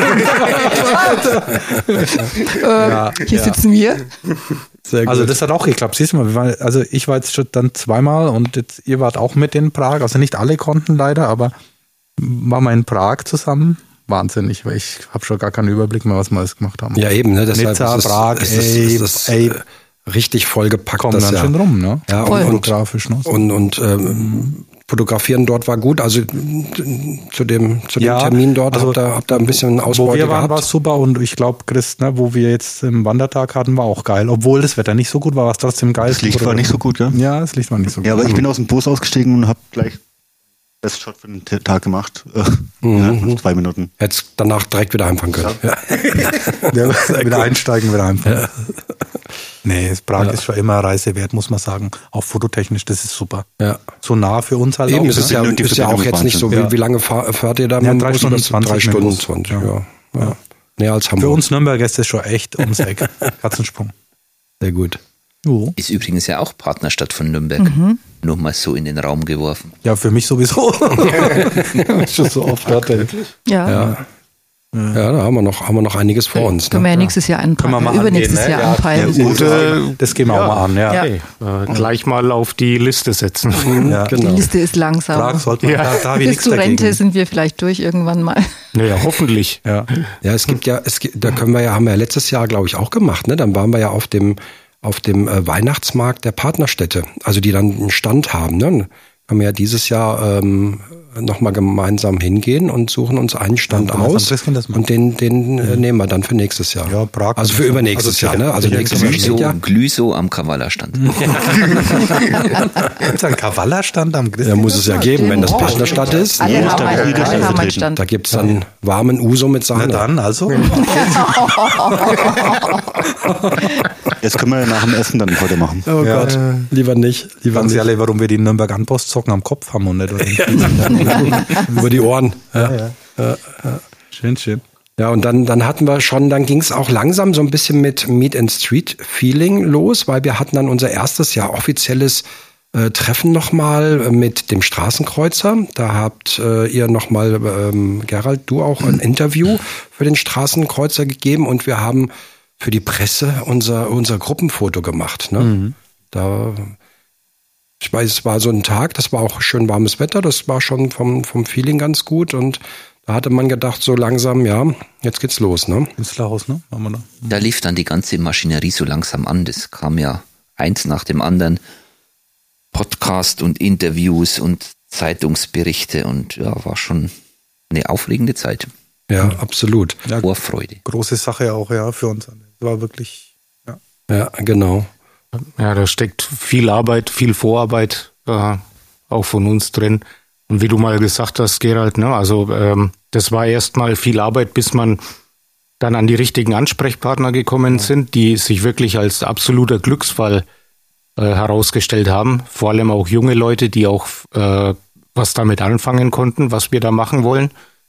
Äh,
Ja,
hier
ja.
sitzen wir.
Sehr gut.
Also das hat auch geklappt. Siehst du mal, wir waren, also ich war jetzt schon dann zweimal und jetzt, ihr wart auch mit in Prag. Also nicht alle konnten leider, aber waren wir in Prag zusammen. Wahnsinnig, weil ich habe schon gar keinen Überblick mehr, was wir alles gemacht haben.
ja, eben, ne? Deshalb
Nizza,
ist es-
Prag,
ist es-
ey,
ist es,
ey.
äh, richtig vollgepackt.
Kommen
das
dann
ja.
schön rum, ne?
Ja,
Voll.
und, und,
Fotografisch, ne?
und, und ähm, fotografieren dort war gut. Also äh, zu dem, zu dem
Ja,
Termin dort
also,
habt ihr, habt ihr ein bisschen Ausbeute
Wo wir waren, war
gehabt.
es super und ich glaube, Chris, ne, wo wir jetzt im Wandertag hatten, war auch geil. Obwohl das Wetter nicht so gut war, war es trotzdem geil.
Das Licht war nicht so gut, gell?
Ja, das Licht war nicht so gut.
Ja, aber ich bin aus dem Bus ausgestiegen und habe gleich Best Shot für den T- Tag gemacht. Mhm. Ja, zwei Minuten.
Hättest danach direkt wieder heimfahren können. Ja.
Ja, wieder einsteigen, wieder einfahren. Nee, Prag ist schon immer Reise wert, muss man sagen. Auch fototechnisch, das ist super.
Ja.
So nah für uns halt
Eben,
auch.
es ist
ne?
ja,
Und die
ist ja auch
Verbindung
jetzt nicht so, wie,
Wahnsinn.
wie lange fahr, fahrt ihr da
Ja,
mit dem
drei
Bus?
Stunden
Das sind
zwanzig
Drei
mit dem
Stunden
Bus.
zwanzig,
Ja.
ja. ja. Näher als
Für
Hamburg.
uns Nürnberger ist das schon echt ums Eck. Katzensprung.
Sehr gut.
Jo.
Ist übrigens ja auch Partnerstadt von Nürnberg. Nur mal so in den Raum geworfen.
Ja, für mich sowieso. Schon so oft hatte.
Ja.
Ja. Ja, da haben wir noch, haben wir noch einiges vor uns.
Können wir ja nächstes Jahr
Können wir
anpeilen.
mal
Übernächstes
angehen, ne?
Jahr
Ja,
anpeilen.
ja,
Und, äh,
Das gehen wir
ja.
auch mal an, ja.
Ja.
hey, äh, gleich mal auf die Liste setzen.
Ja.
Die
Genau.
Liste ist langsam.
Prag sollte man,
Ja.
da, da habe ich
Bis
nichts
zur Rente
dagegen.
sind wir vielleicht durch irgendwann mal.
Naja, hoffentlich.
Ja.
Ja, es gibt ja, es gibt, da können wir ja, haben wir ja letztes Jahr, glaube ich, auch gemacht, ne? Dann waren wir ja auf dem, auf dem äh, Weihnachtsmarkt der Partnerstädte, also die dann einen Stand haben, ne? Dann können wir ja dieses Jahr ähm, nochmal gemeinsam hingehen und suchen uns einen Stand
Ja, gemeinsam
aus
Christkind das machen.
und den, den äh, nehmen wir dann für nächstes Jahr.
Ja, Prag.
Also für übernächstes
Also
Jahr, ne? Also
sicher-
nächstes Jahr
Glüso,
steht ja.
Glüso am Kavallerstand.
Gibt es einen Kavallerstand am Christkind?
Da muss es ja geben, wenn das Partnerstadt ist.
Alle
Ja,
haben
da
einen,
will ich
alle
das
haben einen
vertreten.
Stand.
Da gibt's dann warmen Uso mit
Na
Sahne.
dann, also.
Jetzt können wir nach dem Essen dann heute machen.
Oh
Ja.
Gott, lieber nicht. Lieber
Fragen Sie
nicht.
alle, warum wir die Nürnberg Anpostzocken am Kopf haben und nicht oder
Über die Ohren. Ja.
Schön, schön.
Ja, und dann, dann hatten wir schon, dann ging es auch langsam so ein bisschen mit Meet and Street Feeling los, weil wir hatten dann unser erstes ja offizielles äh, Treffen nochmal mit dem Straßenkreuzer. Da habt äh, ihr nochmal, ähm, Gerald, du auch ein Interview für den Straßenkreuzer gegeben und wir haben für die Presse unser, unser Gruppenfoto gemacht. Ne? Da, ich weiß, es war so ein Tag, das war auch schön warmes Wetter, das war schon vom, vom Feeling ganz gut und da hatte man gedacht, so langsam, ja, jetzt geht's los, ne?
Künstlerhaus, ne? Haben wir da.
Da lief dann die ganze Maschinerie so langsam an. Das kam ja eins nach dem anderen. Podcast und Interviews und Zeitungsberichte und ja, war schon eine aufregende Zeit.
Ja, absolut.
Ja,
Vorfreude.
große Sache auch, ja, für uns. Das war wirklich, ja.
Ja, genau.
Ja, da steckt viel Arbeit, viel Vorarbeit äh, auch von uns drin. Und wie du mal gesagt hast, Gerald, ne, also ähm, das war erstmal viel Arbeit, bis man dann an die richtigen Ansprechpartner gekommen ja. sind, die sich wirklich als absoluter Glücksfall äh, herausgestellt haben. Vor allem auch junge Leute, die auch äh, was damit anfangen konnten, was wir da machen wollen.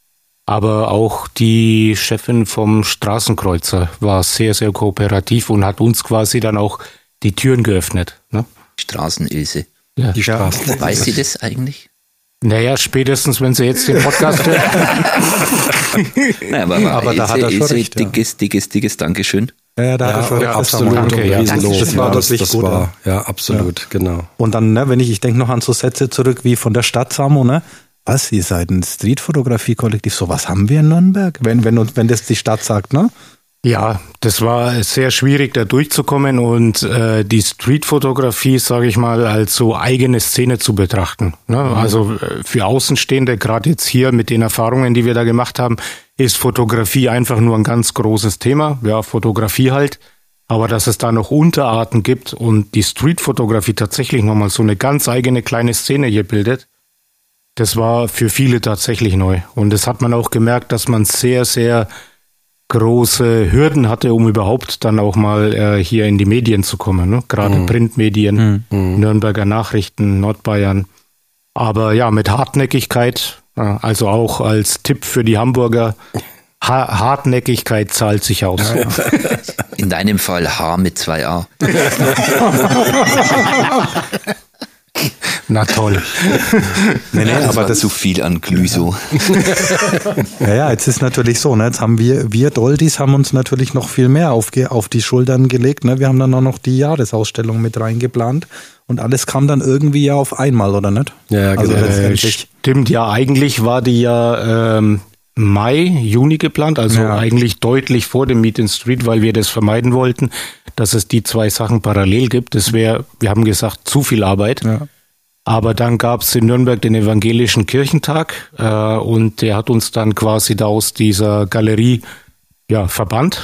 Aber auch die Chefin vom Straßenkreuzer war sehr, sehr kooperativ und hat uns quasi dann auch die Türen geöffnet. Ne?
Straßenilse.
Ja.
Die Straßen.
Weiß sie das eigentlich?
Naja, spätestens, wenn sie jetzt den Podcast hört.
Naja, aber, aber,
Aber
Ilse,
da hat er schon
Ilse,
recht, ja.
dickes, dickes, dickes Dankeschön.
Ja, da
Ja,
hat er schon
ja,
recht, das
absolut.
haben wir.
Danke, ja.
Riesenlob.
Das war
Ja,
wirklich
das
gut,
war, ja, absolut, genau.
Und dann, ne, wenn ich, ich denke noch an so Sätze zurück wie von der Stadt Samo, ne? Was, ihr seid ein Streetfotografie-Kollektiv, sowas haben wir in Nürnberg? Wenn, wenn, wenn das die Stadt sagt, ne?
Ja, das war sehr schwierig, da durchzukommen und äh, die Streetfotografie, sage ich mal, als so eigene Szene zu betrachten. Ne? Mhm. Also äh, für Außenstehende, gerade jetzt hier mit den Erfahrungen, die wir da gemacht haben, ist Fotografie einfach nur ein ganz großes Thema. Ja, Fotografie halt. Aber dass es da noch Unterarten gibt und die Streetfotografie tatsächlich nochmal so eine ganz eigene kleine Szene hier bildet, das war für viele tatsächlich neu. Und das hat man auch gemerkt, dass man sehr, sehr große Hürden hatte, um überhaupt dann auch mal äh, hier in die Medien zu kommen. Ne? Gerade mhm. Printmedien, mhm. Nürnberger Nachrichten, Nordbayern. Aber ja, mit Hartnäckigkeit, äh, also auch als Tipp für die Hamburger, ha- Hartnäckigkeit zahlt sich aus. Ja, ja.
In deinem Fall H mit zwei A.
Na toll.
Nee, nee,
das
aber
war
das
zu viel an Glüso.
Ja, ja, jetzt ist natürlich so, ne, jetzt haben wir, wir Doldis haben uns natürlich noch viel mehr auf, auf die Schultern gelegt, ne, wir haben dann auch noch die Jahresausstellung mit reingeplant und alles kam dann irgendwie ja auf einmal, oder nicht?
Ja, ja,
also
genau.
letztendlich.
Stimmt, ja, eigentlich war die ja ähm, Mai, Juni geplant, also
Ja.
eigentlich deutlich vor dem Meet in Street, weil wir das vermeiden wollten, dass es die zwei Sachen parallel gibt. Das wäre, wir haben gesagt, zu viel Arbeit.
Ja.
Aber dann gab es in Nürnberg den Evangelischen Kirchentag äh, und der hat uns dann quasi da aus dieser Galerie ja, verbannt,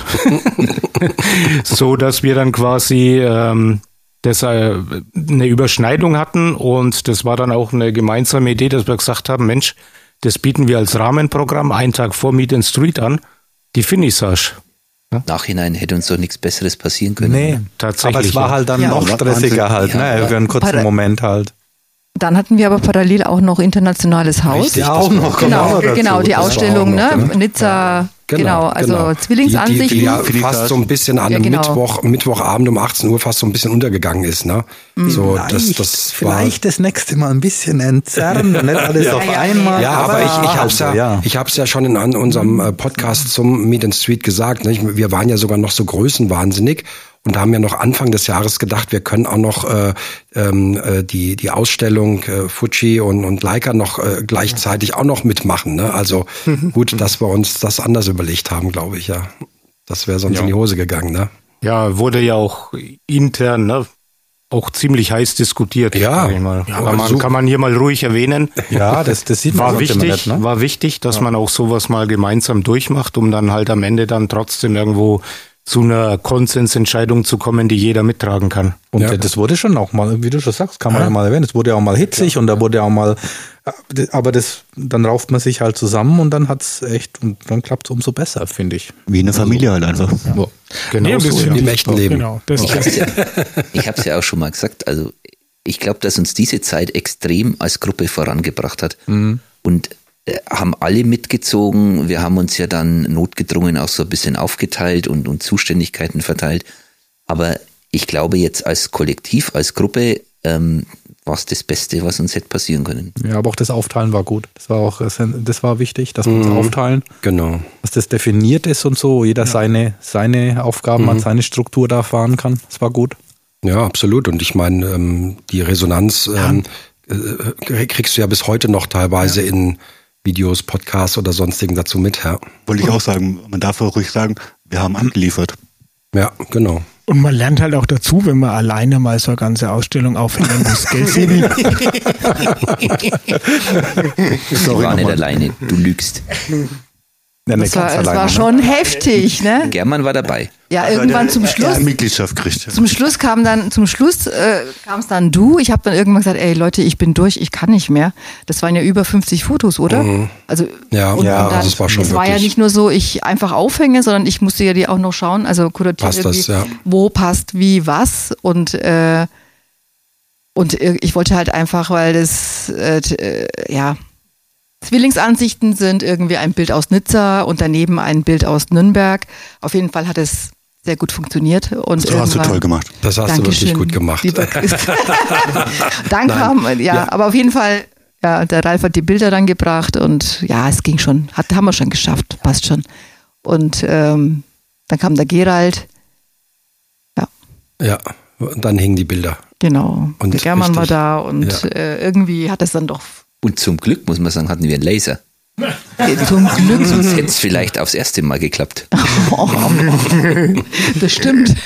so dass wir dann quasi ähm, das, äh, eine Überschneidung hatten und das war dann auch eine gemeinsame Idee, dass wir gesagt haben, Mensch, das bieten wir als Rahmenprogramm einen Tag vor Meet in Street an, die Finissage.
Nachhinein hätte uns doch nichts Besseres passieren können.
Nee,
Tatsächlich.
aber es war halt dann
Ja.
noch stressiger halt,
Ja,
ne, für einen kurzen
Para-
Moment halt.
Dann hatten wir aber parallel auch noch internationales Haus.
Richtig,
Ja, auch
das
noch,
war-
kommt auch
Genau,
noch dazu.
genau, die
Das war
Ausstellung,
auch noch,
ne? Nizza, genau, also
genau.
Zwillingsansichten.
Die, die, die ja fast so ein bisschen an
Ja,
einem
genau.
Mittwoch, Mittwochabend um achtzehn Uhr fast so ein bisschen untergegangen ist, ne? So, das,
Vielleicht,
das
vielleicht das nächste Mal ein bisschen entzerren und nicht alles auf
ja,
einmal.
Ja, aber ich, ich hab's ja,
ja.
ich hab's ja schon in an unserem äh, Podcast zum Meet in Street gesagt. Nicht? Wir waren ja sogar noch so größenwahnsinnig und haben ja noch Anfang des Jahres gedacht, wir können auch noch äh, ähm, äh, die die Ausstellung äh, Fuji und und Leica noch äh, gleichzeitig auch noch mitmachen. Ne? Also gut, dass wir uns das anders überlegt haben, glaube ich. Ja, das wäre sonst
Ja.
in die Hose gegangen. Ne?
Ja, wurde ja auch intern, ne, auch ziemlich heiß diskutiert.
Ja.
sag ich mal.
Ja,
kann,
aber
man,
so-
kann man hier mal ruhig erwähnen.
Ja, das, das sieht man
War
sonst immer
wichtig,
nicht, ne?
war wichtig, dass man auch sowas mal gemeinsam durchmacht, um dann halt am Ende dann trotzdem irgendwo zu einer Konsensentscheidung zu kommen, die jeder mittragen kann.
Und
Ja.
das wurde schon auch mal, wie du schon sagst, kann man ja, mal erwähnen, es wurde ja auch mal hitzig und da wurde auch mal, aber das, dann rauft man sich halt zusammen und dann hat's echt, und dann klappt's umso besser, finde ich.
Wie eine Familie halt einfach.
Ja.
Genau
Nee,
so,
das
ja.
finde
Im
ich
echten
auch,
Leben.
Genau, das
Ich habe es ja, ich hab's ja auch schon mal gesagt. Also ich glaube, dass uns diese Zeit extrem als Gruppe vorangebracht hat.
Mhm.
Und äh, haben alle mitgezogen. Wir haben uns ja dann notgedrungen auch so ein bisschen aufgeteilt und, und Zuständigkeiten verteilt. Aber ich glaube jetzt als Kollektiv, als Gruppe, ähm, war es das Beste, was uns hätte passieren können.
Ja, aber auch das Aufteilen war gut. Das war auch, das war wichtig, dass wir uns aufteilen,
Genau.
dass das definiert ist und so, jeder seine, seine Aufgaben hat, seine Struktur da fahren kann. Das war gut.
Ja, absolut. Und ich meine, ähm, die Resonanz ähm, äh, kriegst du ja bis heute noch teilweise ja. in Videos, Podcasts oder sonstigen dazu mit, ja.
Wollte ich auch sagen, man darf auch ruhig sagen, wir haben abgeliefert.
Ja, genau.
Und man lernt halt auch dazu, wenn man alleine mal so eine ganze Ausstellung aufhängen muss, gell, Sebi?
Ich war nicht alleine, du lügst.
Ja,
Das war, das war schon heftig, ne?
German war dabei.
Ja, irgendwann zum Schluss.
Ja, Mitgliedschaft kriegt.
Zum Schluss kam dann, zum Schluss äh, kam es dann du. Ich habe dann irgendwann gesagt, ey Leute, ich bin durch, ich kann nicht mehr. Das waren ja über fünfzig Fotos, oder?
Mhm.
Also
Ja,
und,
ja,
und dann,
also es war schon
es war ja
wirklich-
nicht nur so, ich einfach aufhänge, sondern ich musste ja die auch noch schauen, also kuratieren,
Passt das, ja.
wo passt wie was und äh, und ich wollte halt einfach, weil das äh, t- äh, ja Zwillingsansichten sind irgendwie ein Bild aus Nizza und daneben ein Bild aus Nürnberg. Auf jeden Fall hat es sehr gut funktioniert. Und
das hast du toll gemacht.
Das hast
Dankeschön,
du wirklich gut gemacht.
Dann kam, ja, ja, aber auf jeden Fall, ja, der Ralf hat die Bilder dann gebracht und ja, es ging schon, hat, haben wir schon geschafft, passt schon. Und ähm, dann kam der Gerald. Ja.
Ja, und dann hingen die Bilder.
Genau.
Und
der German
richtig,
war da und
ja.
äh, irgendwie hat es dann doch.
Und zum Glück, muss man sagen, hatten wir einen Laser.
Zum Glück.
Sonst hätte es vielleicht aufs erste Mal geklappt.
Oh, das stimmt.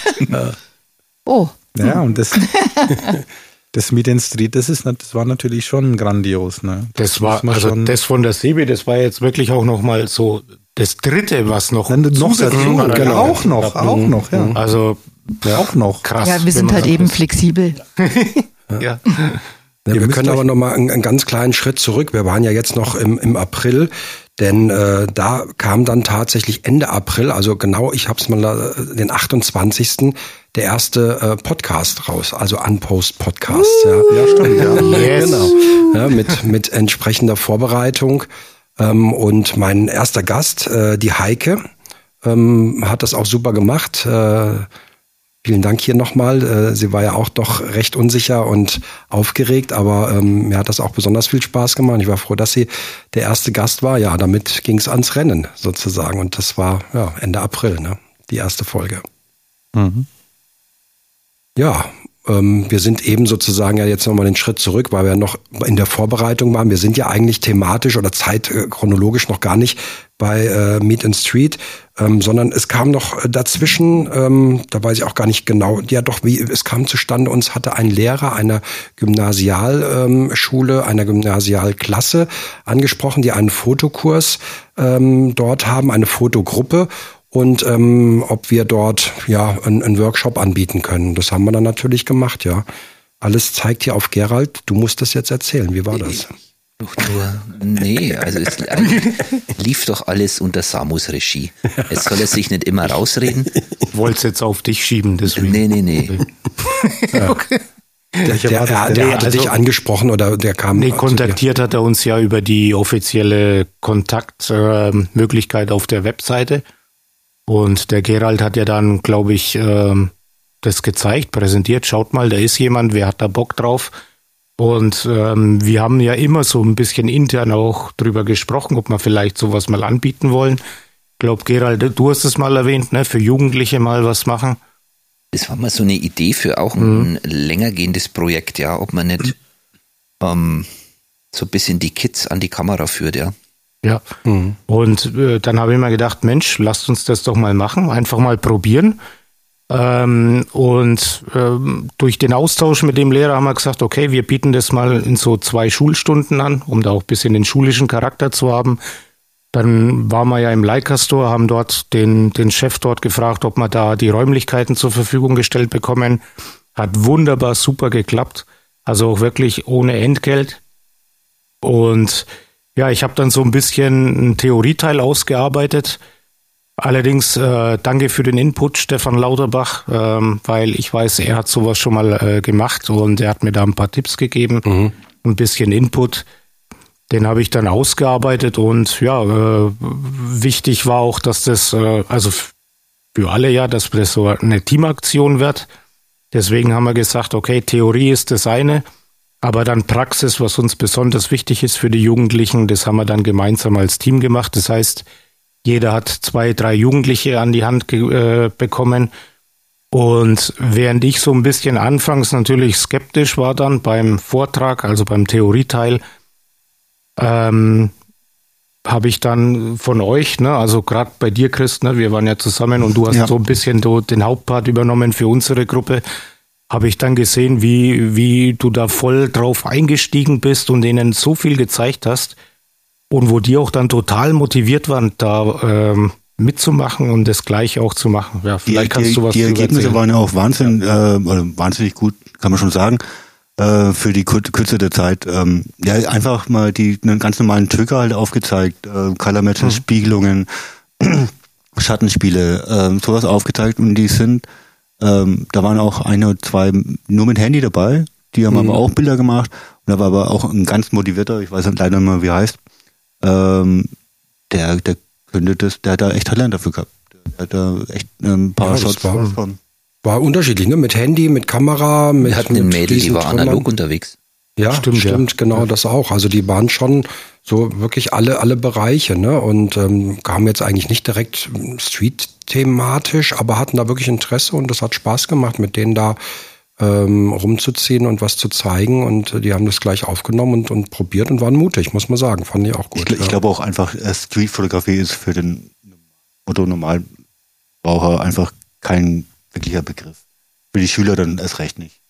Oh.
Ja, und das, das Meet and Street, das, ist, das war natürlich schon grandios. Ne?
Das war,
das
also
schon,
das von der Sebi, das war jetzt wirklich auch nochmal so das Dritte, was noch,
Nein, noch
zusätzlich
dazu,
war.
genau, auch noch, auch noch, ja.
Also
ja. Auch noch.
Krass.
Ja, wir sind halt eben flexibel.
Ja.
Ja, wir können aber noch mal einen, einen ganz kleinen Schritt zurück. Wir waren ja jetzt noch im, im April, denn äh, da kam dann tatsächlich Ende April, also genau, ich habe es mal äh, den achtundzwanzigsten der erste äh, Podcast raus, also Unpost Podcast. Uh, ja.
ja, stimmt. Ja.
Yes.
Genau. Ja, mit mit entsprechender Vorbereitung ähm, und mein erster Gast, äh, die Heike, ähm, hat das auch super gemacht. Äh, Vielen Dank hier nochmal. Sie war ja auch doch recht unsicher und aufgeregt, aber ähm, mir hat das auch besonders viel Spaß gemacht. Ich war froh, dass sie der erste Gast war. Ja, damit ging es ans Rennen sozusagen. Und das war ja Ende April, ne? Die erste Folge. Mhm. Ja, ähm, wir sind eben sozusagen ja jetzt nochmal den Schritt zurück, weil wir noch in der Vorbereitung waren. Wir sind ja eigentlich thematisch oder zeitchronologisch noch gar nicht bei äh, Meet and Street, ähm, sondern es kam noch dazwischen, ähm, da weiß ich auch gar nicht genau, ja doch, wie es kam zustande, uns hatte ein Lehrer einer Gymnasialschule, ähm, einer Gymnasialklasse angesprochen, die einen Fotokurs ähm, dort haben, eine Fotogruppe und ähm, ob wir dort ja einen, einen Workshop anbieten können. Das haben wir dann natürlich gemacht, ja. Alles zeigt hier auf Gerald, du musst das jetzt erzählen, wie war das?
Doch nur, nee, also es lief doch alles unter Samus Regie. Jetzt soll er sich nicht immer rausreden.
Ich wollte es jetzt auf dich schieben, deswegen.
Nee, nee, nee.
Ja.
Okay.
Der, der, der, der hatte
also,
dich angesprochen oder der kam?
Nee, kontaktiert hat er uns ja über die offizielle Kontaktmöglichkeit äh, auf der Webseite. Und der Gerald hat ja dann, glaube ich, äh, das gezeigt, präsentiert. Schaut mal, da ist jemand, wer hat da Bock drauf? Und ähm, wir haben ja immer so ein bisschen intern auch drüber gesprochen, ob wir vielleicht sowas mal anbieten wollen. Ich glaube, Gerald, du hast es mal erwähnt, ne? Für Jugendliche mal was machen.
Das war mal so eine Idee für auch ein mhm. länger gehendes Projekt, ja, ob man nicht ähm, so ein bisschen die Kids an die Kamera führt, ja.
Ja, mhm. und äh, dann habe ich mir gedacht, Mensch, lasst uns das doch mal machen, einfach mal probieren. Ähm, und ähm, durch den Austausch mit dem Lehrer haben wir gesagt, okay, wir bieten das mal in so zwei Schulstunden an, um da auch ein bisschen den schulischen Charakter zu haben. Dann waren wir ja im Leica Store, haben dort den, den Chef dort gefragt, ob wir da die Räumlichkeiten zur Verfügung gestellt bekommen. Hat wunderbar super geklappt, also auch wirklich ohne Entgelt. Und ja, ich habe dann so ein bisschen einen Theorieteil ausgearbeitet. Allerdings äh, danke für den Input, Stefan Lauterbach, ähm, weil ich weiß, er hat sowas schon mal äh, gemacht und er hat mir da ein paar Tipps gegeben, mhm. ein bisschen Input. Den habe ich dann ausgearbeitet und ja, äh, wichtig war auch, dass das, äh, also für alle ja, dass das so eine Teamaktion wird. Deswegen haben wir gesagt, okay, Theorie ist das eine, aber dann Praxis, was uns besonders wichtig ist für die Jugendlichen, das haben wir dann gemeinsam als Team gemacht. Das heißt, jeder hat zwei, drei Jugendliche an die Hand ge- äh, bekommen. Und während ich so ein bisschen anfangs natürlich skeptisch war dann beim Vortrag, also beim Theorieteil, ähm, habe ich dann von euch, ne, also gerade bei dir, Chris, ne, wir waren ja zusammen und du hast ja. so ein bisschen do, den Hauptpart übernommen für unsere Gruppe, habe ich dann gesehen, wie, wie du da voll drauf eingestiegen bist und denen so viel gezeigt hast. Und wo die auch dann total motiviert waren, da ähm, mitzumachen und das Gleiche auch zu machen. Ja, vielleicht
die,
kannst du was
Die Ergebnisse
erzählen.
waren ja auch Wahnsinn, äh, wahnsinnig gut, kann man schon sagen, äh, für die Kürze der Zeit. Ähm, ja, einfach mal die einen ganz normalen Trigger halt aufgezeigt, äh, Color Matches, mhm. Spiegelungen, Schattenspiele, äh, sowas aufgezeigt und die sind, ähm, da waren auch eine oder zwei nur mit Handy dabei, die haben mhm. aber auch Bilder gemacht und da war aber auch ein ganz motivierter, ich weiß leider nicht mehr, wie er heißt, ähm, der, der könnte das, der hat da echt Talent dafür gehabt. Der hat da echt ein paar
Ja,
Shots
war,
von.
War unterschiedlich, ne? Mit Handy, mit Kamera, mit.
Wir hatten ein Mädel, die war analog unterwegs.
Ja, stimmt, stimmt,
ja.
genau, das auch. Also die waren schon so wirklich alle, alle Bereiche, ne? Und ähm, kamen jetzt eigentlich nicht direkt Street-thematisch, aber hatten da wirklich Interesse und das hat Spaß gemacht, mit denen da ähm, rumzuziehen und was zu zeigen. Und äh, die haben das gleich aufgenommen und, und probiert und waren mutig, muss man sagen. Fand ich auch gut.
Ich, ich
ja.
glaube auch einfach, äh, Streetfotografie ist für den Otto-Normalbraucher einfach kein wirklicher Begriff. Für die Schüler dann erst recht nicht.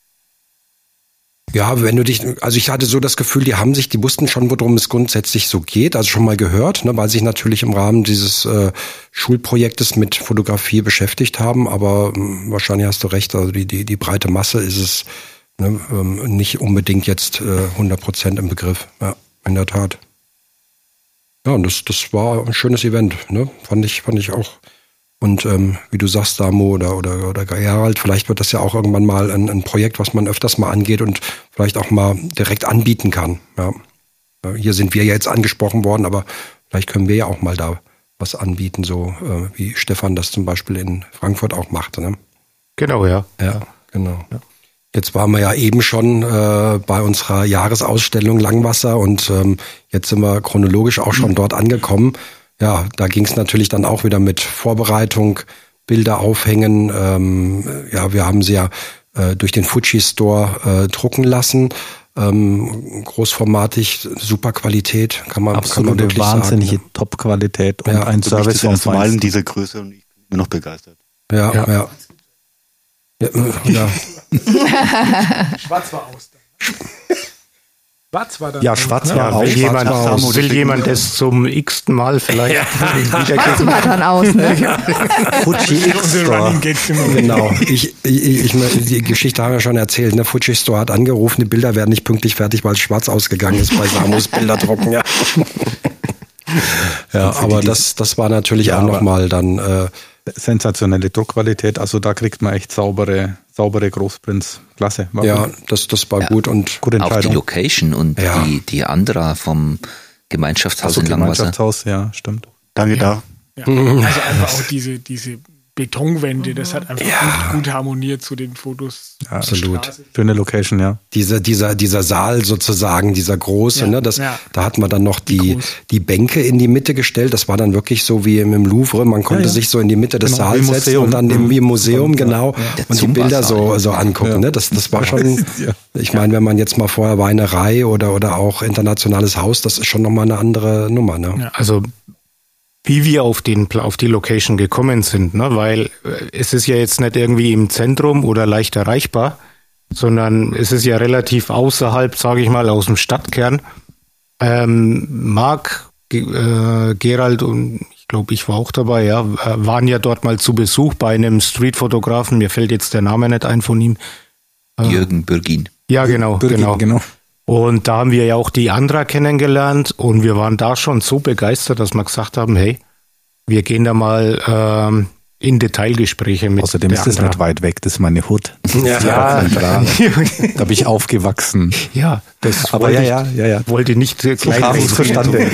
Ja, wenn du dich, also ich hatte so das Gefühl, die haben sich, die wussten schon, worum es grundsätzlich so geht, also schon mal gehört, ne, weil sie sich natürlich im Rahmen dieses äh, Schulprojektes mit Fotografie beschäftigt haben, aber mh, wahrscheinlich hast du recht, also die, die, die breite Masse ist es ne, ähm, nicht unbedingt jetzt äh, hundert Prozent im Begriff, ja, in der Tat. Ja, und das, das war ein schönes Event, ne, fand ich, fand ich auch. Und ähm, wie du sagst, Samo oder, oder, oder Gerald, vielleicht wird das ja auch irgendwann mal ein, ein Projekt, was man öfters mal angeht und vielleicht auch mal direkt anbieten kann. Ja. Hier sind wir ja jetzt angesprochen worden, aber vielleicht können wir ja auch mal da was anbieten, so äh, wie Stefan das zum Beispiel in Frankfurt auch machte. Ne?
Genau, ja.
Ja, genau. Ja. Jetzt waren wir ja eben schon äh, bei unserer Jahresausstellung Langwasser und ähm, jetzt sind wir chronologisch auch schon dort angekommen. Ja, da ging es natürlich dann auch wieder mit Vorbereitung, Bilder aufhängen. Ähm, ja, wir haben sie ja äh, durch den Fuji Store äh, drucken lassen. Ähm, großformatig, super Qualität, kann man, kann man wirklich
wahnsinnige
sagen.
Top-Qualität und
ja,
ein
Für
Service
mich das
vom
erste Mal in
Feinsten.
dieser Größe und ich bin immer noch begeistert.
Ja, ja. ja. ja, ja.
Schwarz war aus. Schwarz war dann.
Ja, schwarz
ne?
war
Ja,
auch.
will
Schwarz
jemand,
war auch.
will jemand das zum x-ten Mal vielleicht
Schwarz
wiedergeben?
war dann aus, ne?
Fuji
Unsere
X-Store.
Running Gags immer.
Genau. Ich, ich, ich, die Geschichte haben wir schon erzählt. Ne? Fuji Store hat angerufen, die Bilder werden nicht pünktlich fertig, weil es schwarz ausgegangen ist bei Samus Bilderdrucken. Ja, ja aber das, das war natürlich
Ja,
auch
aber-
nochmal dann. Äh,
Sensationelle Druckqualität, also da kriegt man echt saubere, saubere Großprints. Klasse. War
ja,
gut.
das, das war
Ja.
gut und
Gute
Auch die
Entscheidung.
Location und
Ja.
die, die Andra vom Gemeinschaftshaus
Also
in Langwasser.
Gemeinschaftshaus, ja, stimmt.
Danke da.
Ja. Also einfach auch diese, diese Betonwände, das hat einfach
Ja.
gut, gut harmoniert zu den Fotos.
Ja,
absolut.
Schöne Location, ja.
Dieser, dieser, dieser Saal sozusagen, dieser große,
Ja,
ne, das,
ja.
da hat man dann noch die,
groß.
die Bänke in die Mitte gestellt. Das war dann wirklich so wie im, im Louvre. Man konnte
Ja, ja.
sich so in die Mitte des
Genau,
Saals
wie
setzen
Museum.
und dann im, wie im Museum,
Ja.
genau,
Der
und die Bilder so,
Zumba-Saal.
so angucken,
Ja.
ne. Das, das war schon,
Ja.
ich meine, wenn man jetzt mal vorher Weinerei oder, oder auch internationales Haus, das ist schon nochmal eine andere Nummer, ne.
Ja.
Also wie wir auf den Pla- auf die Location gekommen sind, ne? Weil äh, es ist ja jetzt nicht irgendwie im Zentrum oder leicht erreichbar, sondern es ist ja relativ außerhalb, sage ich mal, aus dem Stadtkern. Ähm, Marc, Ge äh, Gerald und ich glaube, ich war auch dabei, ja, äh, waren ja dort mal zu Besuch bei einem Streetfotografen. Mir fällt jetzt der Name nicht ein von ihm.
Jürgen Bürgin.
Ja, genau,
Birgit,
genau.
genau.
Und da haben wir ja auch die Andra kennengelernt und wir waren da schon so begeistert, dass wir gesagt haben, hey, wir gehen da mal ähm, in Detailgespräche mit
Außerdem
der
ist das
Andra.
nicht weit weg, das ist meine Hut.
Ja,
Zentral. Da bin ich aufgewachsen.
ja, das
Aber
wollte
ja,
ich,
ja, ja, ja.
wollte nicht äh,
So kam es
kleinreden.
zustande.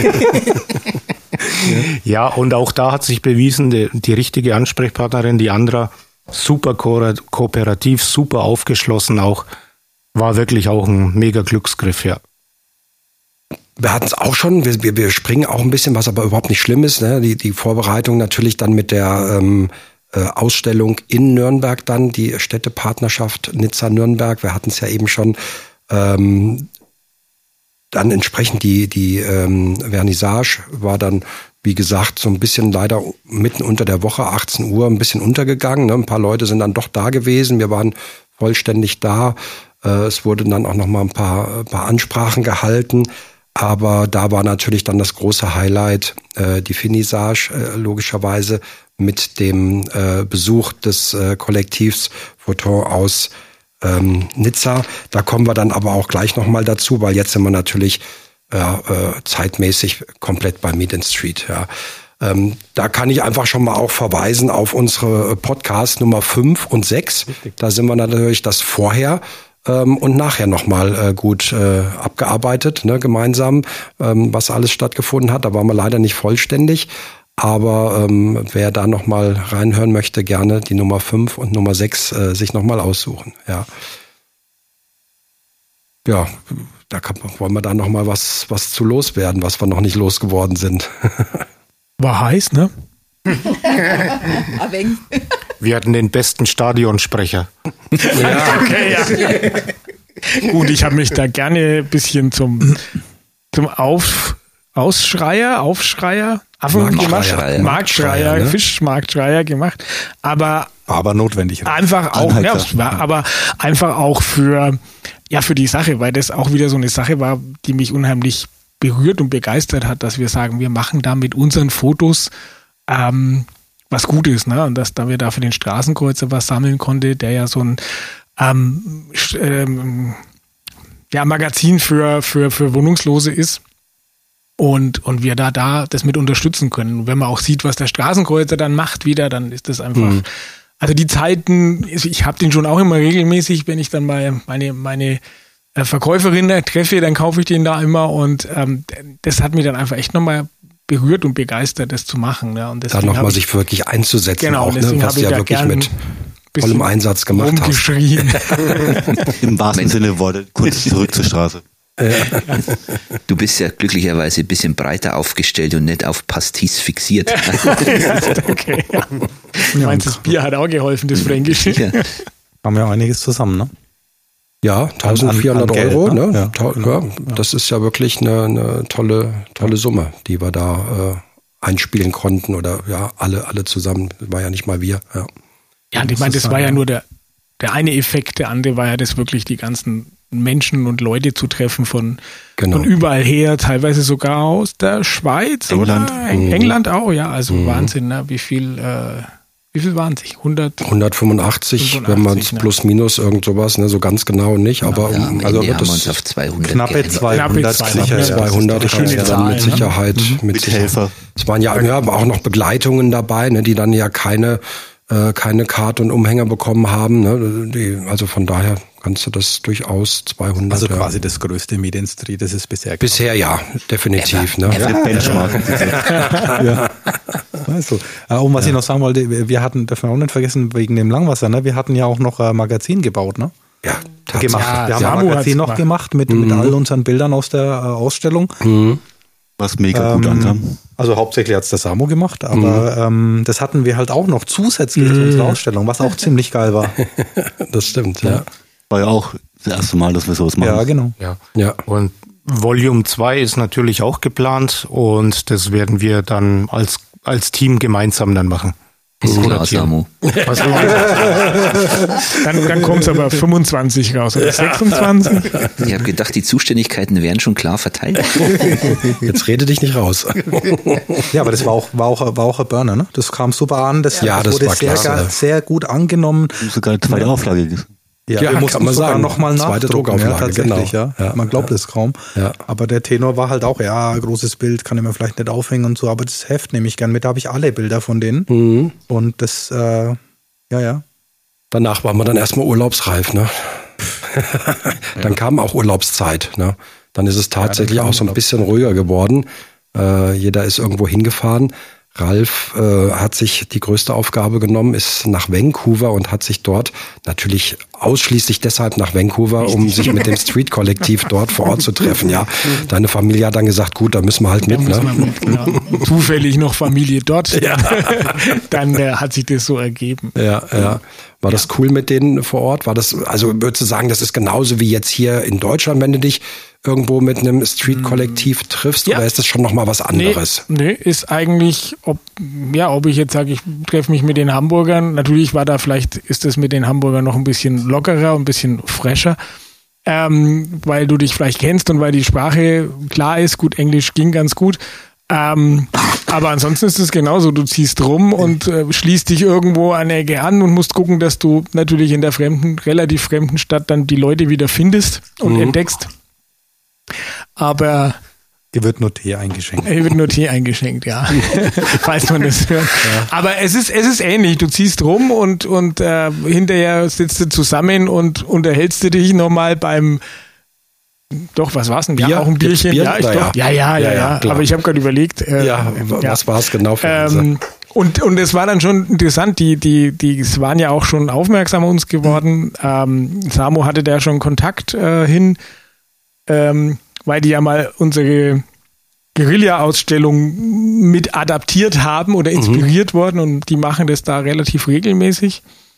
Ja, und auch da hat sich bewiesen, die, die richtige Ansprechpartnerin, die Andra, super ko kooperativ, super aufgeschlossen auch, war wirklich auch ein mega Glücksgriff, ja.
Wir hatten es auch schon, wir, wir, wir springen auch ein bisschen, was aber überhaupt nicht schlimm ist. Ne? Die, die Vorbereitung natürlich dann mit der ähm, äh, Ausstellung in Nürnberg dann, die Städtepartnerschaft Nizza-Nürnberg. Wir hatten es ja eben schon. Ähm, dann entsprechend die, die ähm, Vernissage war dann, wie gesagt, so ein bisschen leider mitten unter der Woche, achtzehn Uhr, ein bisschen untergegangen. Ne? Ein paar Leute sind dann doch da gewesen. Wir waren vollständig da. Äh, es wurden dann auch noch mal ein paar, ein paar Ansprachen gehalten. Aber da war natürlich dann das große Highlight, äh, die Finissage, äh, logischerweise mit dem äh, Besuch des äh, Kollektivs Photon aus ähm, Nizza. Da kommen wir dann aber auch gleich nochmal dazu, weil jetzt sind wir natürlich äh, äh, zeitmäßig komplett bei Meet in Street. Ja. Ähm, da kann ich einfach schon mal auch verweisen auf unsere Podcast Nummer fünf und sechs. Da sind wir natürlich das vorher ähm, und nachher nochmal äh, gut äh, abgearbeitet, ne, gemeinsam, ähm, was alles stattgefunden hat. Da waren wir leider nicht vollständig. Aber ähm, wer da nochmal reinhören möchte, gerne die Nummer fünf und Nummer sechs äh, sich nochmal aussuchen. Ja, ja, da kann, wollen wir da nochmal was, was zu loswerden, was wir noch nicht losgeworden sind.
War heiß, ne?
Wir hatten den besten Stadionsprecher.
Ja, okay, ja. Gut, ich habe mich da gerne ein bisschen zum, zum Auf, Ausschreier, Aufschreier, Affen gemacht,
Marktschreier,
Marktschreier,
ne?
Fischmarktschreier gemacht, aber
Aber notwendig.
einfach auch, ja,
Anhalter.
es war aber einfach auch für, ja, für die Sache, weil das auch wieder so eine Sache war, die mich unheimlich berührt und begeistert hat, dass wir sagen, wir machen da mit unseren Fotos ähm, was Gutes, ne? Und dass da wir da für den Straßenkreuzer was sammeln konnte, der ja so ein ähm, ähm, ja, Magazin für, für, für Wohnungslose ist. Und, und wir da, da das mit unterstützen können. Und wenn man auch sieht, was der Straßenkreuzer dann macht wieder, dann ist das einfach, mhm. also die Zeiten, ich habe den schon auch immer regelmäßig, wenn ich dann mal meine, meine Verkäuferin treffe, dann kaufe ich den da immer und ähm, das hat mich dann einfach echt nochmal berührt und begeistert, das zu machen. Ja. Und
da nochmal sich wirklich einzusetzen,
genau,
auch, ne, was du ja wirklich mit vollem Einsatz gemacht hast.
Im wahrsten Sinne Worte, kurz zurück zur Straße.
Du bist ja glücklicherweise ein bisschen breiter aufgestellt und nicht auf Pastis fixiert.
Okay, ja. Du meinst, das Bier hat auch geholfen, das Fränkische.
Ja.
Haben ja einiges zusammen, ne?
Ja, eintausendvierhundert
an, an
Euro,
Geld, ne?
ne?
Ja,
Ta-
genau.
ja, das ist ja wirklich eine, eine tolle, tolle Summe, die wir da äh, einspielen konnten oder ja, alle, alle zusammen, war ja nicht mal wir. Ja,
ja und ich meine, das war ja nur der, der eine Effekt, der andere war ja das wirklich die ganzen Menschen und Leute zu treffen von,
genau.
von überall her, teilweise sogar aus der Schweiz,
England.
oder? Mhm. England auch, ja, also mhm. Wahnsinn, ne? Wie viel, äh, wie viel waren es? hundert
hundertfünfundachtzig, wenn man es
ne?
plus minus irgend sowas, ne, so ganz genau nicht, aber
Ja, am
also
Ende
wird
haben wir
es
uns auf zweihundert
Knappe
geeinigt.
zweihundert,
Knappe
sicher, ja.
zweihundert,
das ist eine
ja,
schöne
dann
Zahl,
mit
ne?
Sicherheit, mit
Mit
Sicherheit.
Helfer.
Es waren ja, ja auch noch Begleitungen dabei, ne, die dann ja keine äh, keine Karte und Umhänger bekommen haben, ne, die, also von daher kannst du das durchaus zweihundert.
Also
ja.
quasi das größte Medienstreet, das es bisher gab.
Bisher ja, definitiv. Ne?
Der Benchmark.
Ja. Weißt du. Äh, Und was ja. ich noch sagen wollte, wir- wir hatten, dürfen wir auch nicht vergessen, wegen dem Langwasser, ne? Wir hatten ja auch noch ein Magazin gebaut, ne?
Ja,
Gemacht.
Ja,
wir haben
Samu
ein Magazin
hat's
noch
gemacht.
gemacht mit, mit all unseren Bildern aus der äh, Ausstellung.
Was mega gut
Ähm,
ankam.
Also hauptsächlich hat's der Samu gemacht, aber ähm, das hatten wir halt auch noch zusätzlich zu unserer Ausstellung, was auch ziemlich geil war.
das stimmt. Ja,
War ja auch das erste Mal, dass wir sowas machen.
Ja, genau.
Ja.
ja.
Und Volume zwei ist natürlich auch geplant und das werden wir dann als, als Team gemeinsam dann machen.
Ist klar, Samu.
Was haben wir
Dann, dann kommt es aber fünfundzwanzig raus oder sechsundzwanzig.
Ich habe gedacht, die Zuständigkeiten wären schon klar verteilt.
Jetzt rede dich nicht raus.
Ja, aber das war auch, war auch, war auch ein Burner, ne? Das kam super an, das,
Ja, das
wurde
war
sehr,
klasse.
ga- sehr gut angenommen.
Sogar eine zweite Auflage.
Ja,
Ja,
wir mussten
kann man
sogar
sagen.
nochmal
Zweite
nachdrucken, ja,
Druckauflage,
tatsächlich,
genau.
ja.
Ja,
Man glaubt es kaum.
Ja.
Aber der Tenor war halt auch, ja, großes Bild, kann ich mir vielleicht nicht aufhängen und so, aber das Heft nehme ich gern mit, da habe ich alle Bilder von denen.
Mhm.
Und das, äh, ja, ja.
Danach waren wir dann erstmal urlaubsreif, ne? Dann kam auch Urlaubszeit, ne? Dann ist es tatsächlich
kam
auch so ein
Urlaub.
bisschen ruhiger geworden. Äh, jeder ist irgendwo hingefahren. Ralf äh, hat sich die größte Aufgabe genommen, ist nach Vancouver und hat sich dort natürlich ausschließlich deshalb nach Vancouver, um sich mit dem Street-Kollektiv dort vor Ort zu treffen. Ja, deine Familie hat dann gesagt, gut, da müssen wir halt mit,
Muss
ne?
man mit, genau. Zufällig noch Familie dort. Dann äh, hat sich das so ergeben.
Ja, ja. War das cool mit denen vor Ort? War das, also würdest du sagen, das ist genauso wie jetzt hier in Deutschland, wenn du dich irgendwo mit einem Street-Kollektiv triffst,
Ja.
oder ist das schon nochmal was anderes?
Nee, nee, ist eigentlich, ob, ja, ob ich jetzt sage, ich treffe mich mit den Hamburgern, natürlich war da vielleicht, ist das mit den Hamburgern noch ein bisschen lockerer, ein bisschen fresher, ähm, weil du dich vielleicht kennst und weil die Sprache klar ist, gut, Englisch ging ganz gut. Ähm, aber ansonsten ist es genauso, du ziehst rum und äh, schließt dich irgendwo an der Ecke an und musst gucken, dass du natürlich in der fremden, relativ fremden Stadt dann die Leute wieder findest und
Mhm.
entdeckst. Aber
Hier wird nur Tee eingeschenkt.
Hier wird nur Tee eingeschenkt, ja. Falls man das hört. Ja. Aber es ist, es ist ähnlich. Du ziehst rum und, und äh, hinterher sitzt du zusammen und unterhältst du dich nochmal beim Doch, was war's denn?
Bier?
Ja, auch ein Bierchen.
Bier?
Ja, ich
ja.
doch. Ja, ja, ja, ja. ja. Aber ich habe gerade überlegt. Äh,
ja, was ja. war es genau für
ähm, und und es war dann schon interessant. Die die die es waren ja auch schon aufmerksam auf uns geworden. Ähm, Samu hatte da schon Kontakt äh, hin, ähm, weil die ja mal unsere Guerilla-Ausstellung mit adaptiert haben oder inspiriert mhm. worden und die machen das da relativ regelmäßig.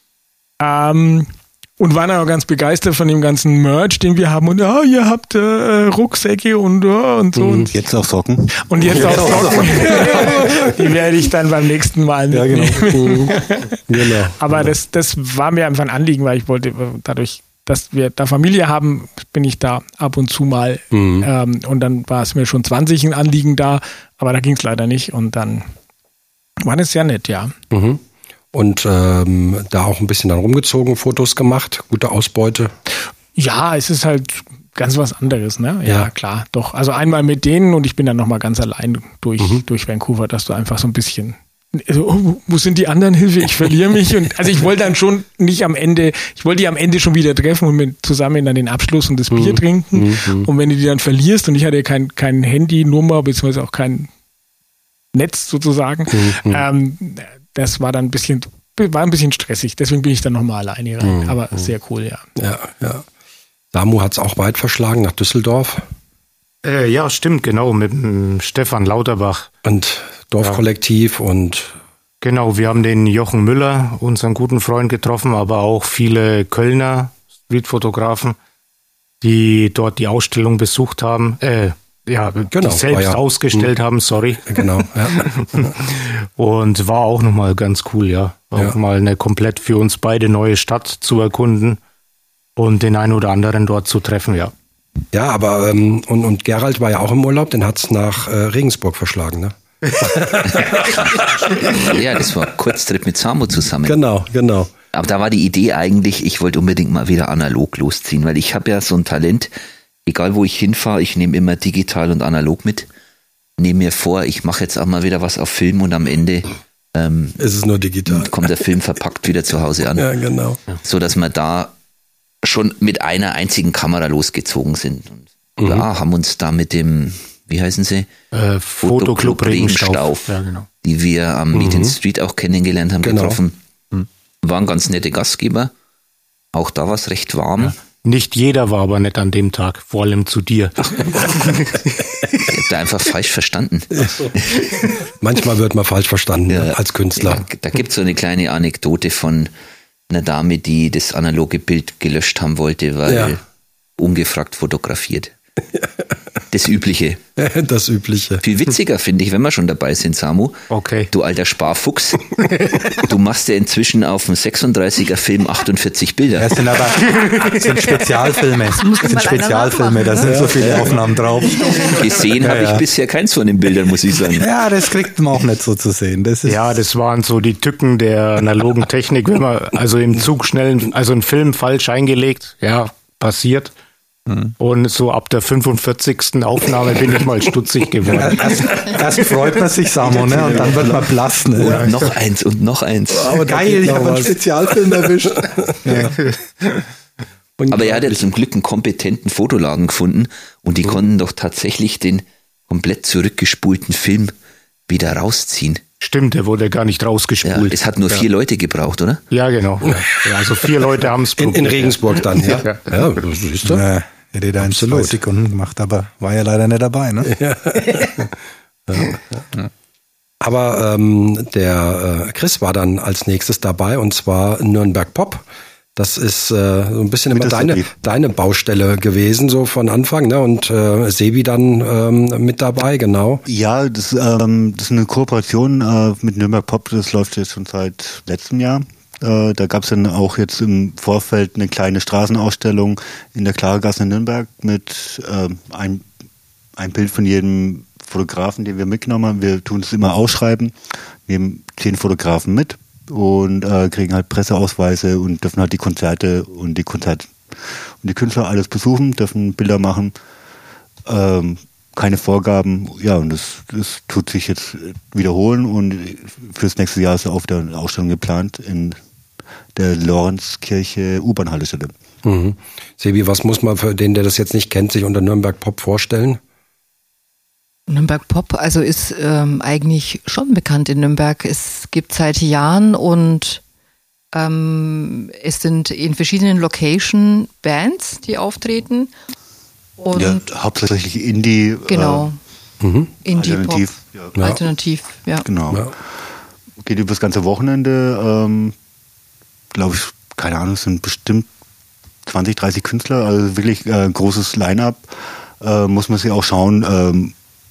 Ähm, Und waren auch ganz begeistert von dem ganzen Merch, den wir haben. Und ja, ihr habt äh, Rucksäcke und, ja, und so.
Und
und
jetzt auch Socken.
Und jetzt auch Socken. Die werde ich dann beim nächsten Mal mitnehmen. Ja, genau. genau. Aber genau. Das, das war mir einfach ein Anliegen, weil ich wollte dadurch, dass wir da Familie haben, bin ich da ab und zu mal. Mhm. Ähm, und dann war es mir schon zwanzig ein Anliegen da, aber da ging es leider nicht. Und dann war das sehr nett, ja.
Mhm. Und ähm, da auch ein bisschen dann rumgezogen, Fotos gemacht, gute Ausbeute.
Ja, es ist halt ganz was anderes, ne? Ja, ja. Klar, doch. Also einmal mit denen und ich bin dann nochmal ganz allein durch, mhm. durch Vancouver, dass du einfach so ein bisschen, also, oh, wo sind die anderen? Hilfe, ich verliere mich. Und also ich wollte dann schon nicht am Ende, ich wollte die am Ende schon wieder treffen und mit zusammen dann den Abschluss und das Bier mhm. trinken. Mhm. Und wenn du die dann verlierst und ich hatte kein, kein Handynummer, beziehungsweise auch kein Netz sozusagen, mhm. ähm, das war dann ein bisschen, war ein bisschen stressig. Deswegen bin ich dann nochmal alleine rein. Mhm. Aber sehr cool, ja.
Ja, ja. Samu hat es auch weit verschlagen nach Düsseldorf.
Äh, ja, stimmt, genau, mit dem Stefan Lauterbach.
Und Dorfkollektiv ja. und...
Genau, wir haben den Jochen Müller, unseren guten Freund, getroffen, aber auch viele Kölner Streetfotografen, die dort die Ausstellung besucht haben. Äh, Ja, genau, die selbst ja. ausgestellt mhm. haben, sorry.
Genau, ja.
Und war auch nochmal ganz cool, ja. War ja. auch mal eine komplett für uns beide neue Stadt zu erkunden und den einen oder anderen dort zu treffen, ja.
Ja, aber ähm, und, und Gerald war ja auch im Urlaub, den hat's nach äh, Regensburg verschlagen, ne?
Ja, das war Kurztrip mit Samu zusammen.
Genau, genau.
Aber da war die Idee eigentlich, ich wollte unbedingt mal wieder analog losziehen, weil ich habe ja so ein Talent, egal wo ich hinfahre, ich nehme immer digital und analog mit. Nehme mir vor, ich mache jetzt auch mal wieder was auf Film und am Ende ähm,
ist es nur digital.
Kommt der Film verpackt wieder zu Hause an.
Ja, genau.
So dass wir da schon mit einer einzigen Kamera losgezogen sind. Und mhm. ja, haben uns da mit dem, wie heißen sie?
Äh, Fotoclub Regenstauf,
ja, genau. Die wir am mhm. Meet in Street auch kennengelernt haben, genau. getroffen. Mhm. Waren ganz nette Gastgeber. Auch da war es recht warm.
Ja. Nicht jeder war aber nett an dem Tag, vor allem zu dir.
Ich hab da einfach falsch verstanden.
So. Manchmal wird man falsch verstanden ja, als Künstler.
Ja, da gibt es so eine kleine Anekdote von einer Dame, die das analoge Bild gelöscht haben wollte, weil ja. ungefragt fotografiert. Das Übliche.
Das Übliche.
Viel witziger finde ich, wenn wir schon dabei sind, Samu.
Okay.
Du alter Sparfuchs. Du machst ja inzwischen auf dem sechsunddreißiger Film achtundvierzig Bilder.
Das sind aber das sind Spezialfilme. Das sind Spezialfilme, da sind so viele Aufnahmen drauf.
Gesehen ja, habe ich ja. bisher keins von den Bildern, muss ich sagen.
Ja, das kriegt man auch nicht so zu sehen. Das ist
ja, das waren so die Tücken der analogen Technik. Wenn man also im Zug schnell, also einen Film falsch eingelegt, ja, passiert. Und so ab der fünfundvierzigsten Aufnahme bin ich mal stutzig geworden.
Erst, erst freut man sich, Samu, ne? Und dann wird man blass. Ne?
Und ja. noch eins und noch eins.
Aber geil, ich habe einen Spezialfilm erwischt. Ja.
Aber er hat ja zum Glück einen kompetenten Fotoladen gefunden und die mhm. konnten doch tatsächlich den komplett zurückgespulten Film wieder rausziehen.
Stimmt, der wurde gar nicht rausgespult.
Ja, es hat nur vier ja. Leute gebraucht, oder?
Ja, genau. Ja, also vier Leute haben es
probiert. In, in Regensburg dann, ja?
Ja, ja das
ist doch. Ja. Hätte da in zwei Sekunden gemacht, aber war ja leider nicht dabei, ne? Ja.
Ja. Aber ähm, der äh, Chris war dann als nächstes dabei und zwar Nürnberg Pop. Das ist äh, so ein bisschen immer deine, deine Baustelle gewesen, so von Anfang, ne? Und äh, Sebi dann ähm, mit dabei, genau.
Ja, das, ähm, das ist eine Kooperation äh, mit Nürnberg Pop, das läuft jetzt schon seit letztem Jahr. Äh, da gab es dann auch jetzt im Vorfeld eine kleine Straßenausstellung in der Klaregasse in Nürnberg mit äh, ein, ein Bild von jedem Fotografen, den wir mitgenommen haben. Wir tun es immer ausschreiben, nehmen zehn Fotografen mit und äh, kriegen halt Presseausweise und dürfen halt die Konzerte und die Konzerte und die Künstler alles besuchen, dürfen Bilder machen. Ähm, keine Vorgaben. Ja, und das, das tut sich jetzt wiederholen und fürs nächste Jahr ist auch wieder eine Ausstellung geplant in der Lorenzkirche U-Bahn-Haltestelle.
Mhm. Sebi, was muss man für den, der das jetzt nicht kennt, sich unter Nürnberg Pop vorstellen?
Nürnberg Pop, also ist ähm, eigentlich schon bekannt in Nürnberg. Es gibt seit Jahren und ähm, es sind in verschiedenen Locations Bands, die auftreten. Und
ja, hauptsächlich Indie.
Genau.
Äh,
mhm. Indie
Alternativ.
Pop.
Ja.
Alternativ, ja.
Genau.
Ja.
Geht über das ganze Wochenende. Ähm, Glaube ich, keine Ahnung, es sind bestimmt zwanzig, dreißig Künstler, also wirklich äh, großes Line-Up. Äh, muss man sich auch schauen, ähm,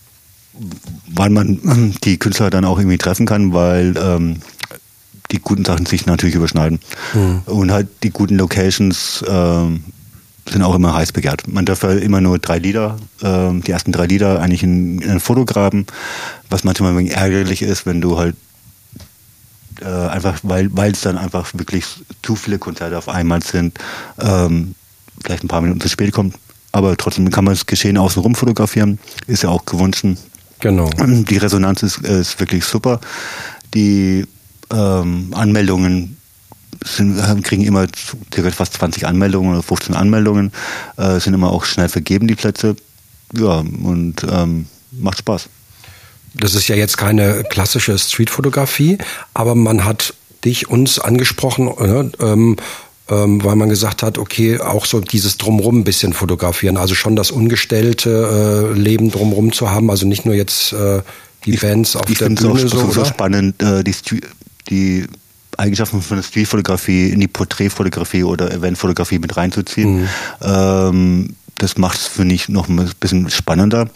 wann man die Künstler dann auch irgendwie treffen kann, weil ähm, die guten Sachen sich natürlich überschneiden. Mhm. Und halt die guten Locations ähm, sind auch immer heiß begehrt. Man darf ja immer nur drei Lieder, äh, die ersten drei Lieder eigentlich in, in ein Foto graben, was manchmal ein wenig ärgerlich ist, wenn du halt äh, einfach, weil weil es dann einfach wirklich zu viele Konzerte auf einmal sind, ähm, vielleicht ein paar Minuten zu spät kommt, aber trotzdem kann man das Geschehen außenrum fotografieren, ist ja auch gewünscht.
Genau.
Die Resonanz ist, ist wirklich super. Die ähm, Anmeldungen sind, kriegen immer circa fast zwanzig Anmeldungen oder fünfzehn Anmeldungen, äh, sind immer auch schnell vergeben, die Plätze. Ja, und ähm, macht Spaß.
Das ist ja jetzt keine klassische Streetfotografie, aber man hat dich, uns angesprochen, äh, ähm, ähm, weil man gesagt hat, okay, auch so dieses Drumrum ein bisschen fotografieren, also schon das ungestellte äh, Leben drumrum zu haben, also nicht nur jetzt äh, die ich, Bands auf
ich
der Bühne. Ich finde es auch
so spannend, äh, die, die Eigenschaften von der Streetfotografie in die Porträtfotografie oder Eventfotografie mit reinzuziehen. Mhm. Ähm, das macht es, finde ich, noch ein bisschen spannender.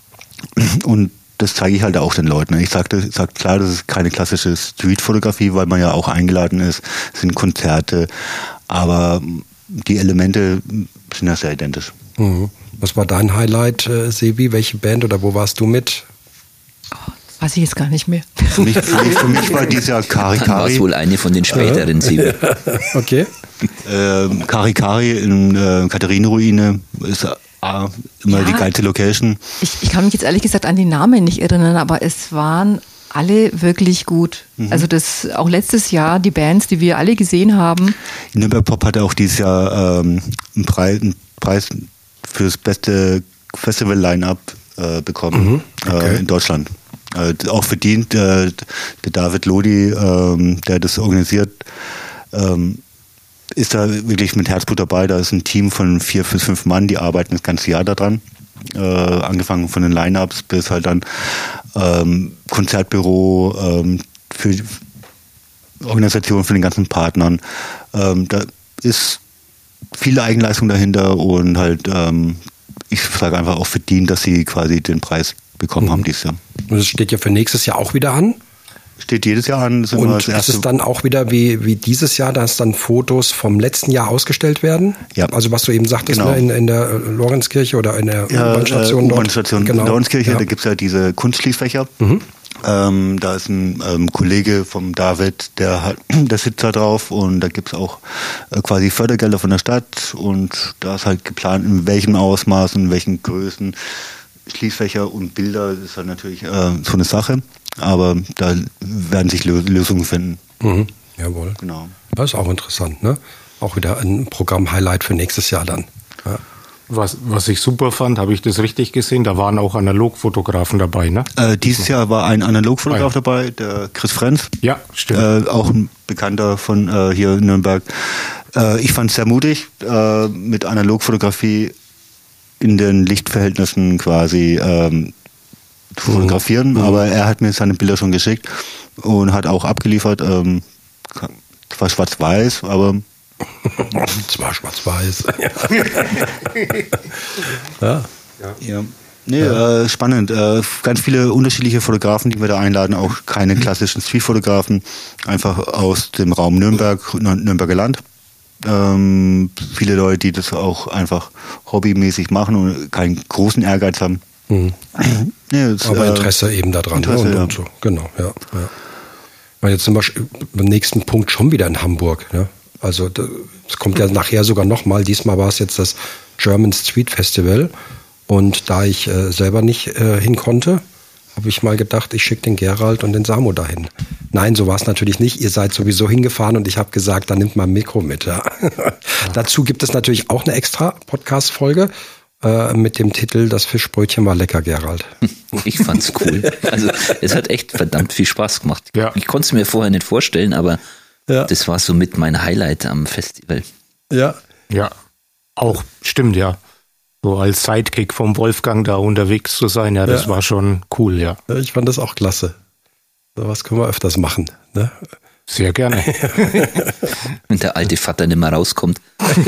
Und das zeige ich halt auch den Leuten. Ich sage sag klar, das ist keine klassische Streetfotografie, weil man ja auch eingeladen ist, es sind Konzerte, aber die Elemente sind ja sehr identisch.
Mhm. Was war dein Highlight, äh, Sebi? Welche Band oder wo warst du mit?
Oh, das weiß ich jetzt gar nicht mehr.
Für mich, für mich, für mich war dieses Jahr Kari Kari.
War es wohl eine von den späteren, Sebi.
Okay.
Ähm, Kari Kari in äh, Katharinenruine ist Ah, immer ja, die geilste Location.
Ich, ich kann mich jetzt ehrlich gesagt an die Namen nicht erinnern, aber es waren alle wirklich gut. Mhm. Also das auch letztes Jahr, die Bands, die wir alle gesehen haben.
Nürnberg Pop hatte auch dieses Jahr ähm, einen, Preis, einen Preis für das beste Festival-Line-Up äh, bekommen mhm. okay. äh, in Deutschland. Äh, auch verdient, äh, der David Lodi, äh, der das organisiert, ähm, ist da wirklich mit Herzblut dabei. Da ist ein Team von vier bis fünf Mann, die arbeiten das ganze Jahr daran. Äh, angefangen von den Line-Ups bis halt dann ähm, Konzertbüro, ähm, für Organisation von den ganzen Partnern. Ähm, da ist viel Eigenleistung dahinter und halt, ähm, ich sage einfach auch verdient, dass sie quasi den Preis bekommen mhm. haben dieses Jahr.
Und das steht ja für nächstes Jahr auch wieder an?
Steht jedes Jahr an.
Und ist es dann auch wieder wie, wie dieses Jahr, dass dann Fotos vom letzten Jahr ausgestellt werden?
Ja.
Also was du eben sagtest,
genau.
ne, in, in der Lorenzkirche oder in der
ja,
U-Bahn-Station
äh, U-Bahn-Station
genau.
Lorenzkirche,
ja.
Da gibt es ja diese Kunstschließfächer. Mhm. Ähm, da ist ein ähm, Kollege vom David, der, hat, der sitzt da drauf und da gibt es auch äh, quasi Fördergelder von der Stadt und da ist halt geplant, in welchem Ausmaß, in welchen Größen Schließfächer und Bilder, das ist halt natürlich äh, so eine Sache. Aber da werden sich Lösungen finden.
Mhm. Jawohl.
Genau.
Das ist auch interessant, ne? Auch wieder ein Programm-Highlight für nächstes Jahr dann. Ja.
Was, was ich super fand, habe ich das richtig gesehen? Da waren auch Analogfotografen dabei, ne?
Äh, dieses Jahr war ein Analogfotograf ah, ja. dabei, der Chris Frenz.
Ja, stimmt.
Äh, auch ein Bekannter von äh, hier in Nürnberg. Äh, ich fand es sehr mutig, äh, mit Analogfotografie in den Lichtverhältnissen quasi ähm, zu fotografieren, mhm. aber er hat mir seine Bilder schon geschickt und hat auch abgeliefert. Ähm, zwar schwarz-weiß, aber
zwar schwarz-weiß. ja.
ja. ja. Nee, ja. Äh, spannend. Äh, ganz viele unterschiedliche Fotografen, die wir da einladen, auch keine klassischen Street-Fotografen, einfach aus dem Raum Nürnberg, Nürnberger Land. Ähm, viele Leute, die das auch einfach hobbymäßig machen und keinen großen Ehrgeiz haben.
Mhm.
Ja, das,
aber
äh,
Interesse eben daran.
Interesse,
ne? und,
ja.
und so. Genau, ja. ja. Jetzt sind wir beim nächsten Punkt schon wieder in Hamburg. Ne? Also es kommt ja nachher sogar nochmal. Diesmal war es jetzt das German Street Festival. Und da ich äh, selber nicht äh, hin konnte, habe ich mal gedacht, ich schicke den Gerald und den Samu dahin. Nein, so war es natürlich nicht. Ihr seid sowieso hingefahren und ich habe gesagt, dann nimmt mal ein Mikro mit. Ja. Ja. Dazu gibt es natürlich auch eine extra Podcast-Folge äh, mit dem Titel Das Fischbrötchen war lecker, Gerald.
Ich fand's cool. Also es hat echt verdammt viel Spaß gemacht.
Ja.
Ich konnte es mir vorher nicht vorstellen, aber
Ja.
das war so mit mein Highlight am Festival.
Ja.
Ja, auch stimmt, ja. So als Sidekick vom Wolfgang da unterwegs zu sein, ja, das
Ja.
war schon cool, ja.
Ich fand das auch klasse. So was können wir öfters machen. Ne?
Sehr gerne.
Wenn der alte Vater nicht mehr rauskommt.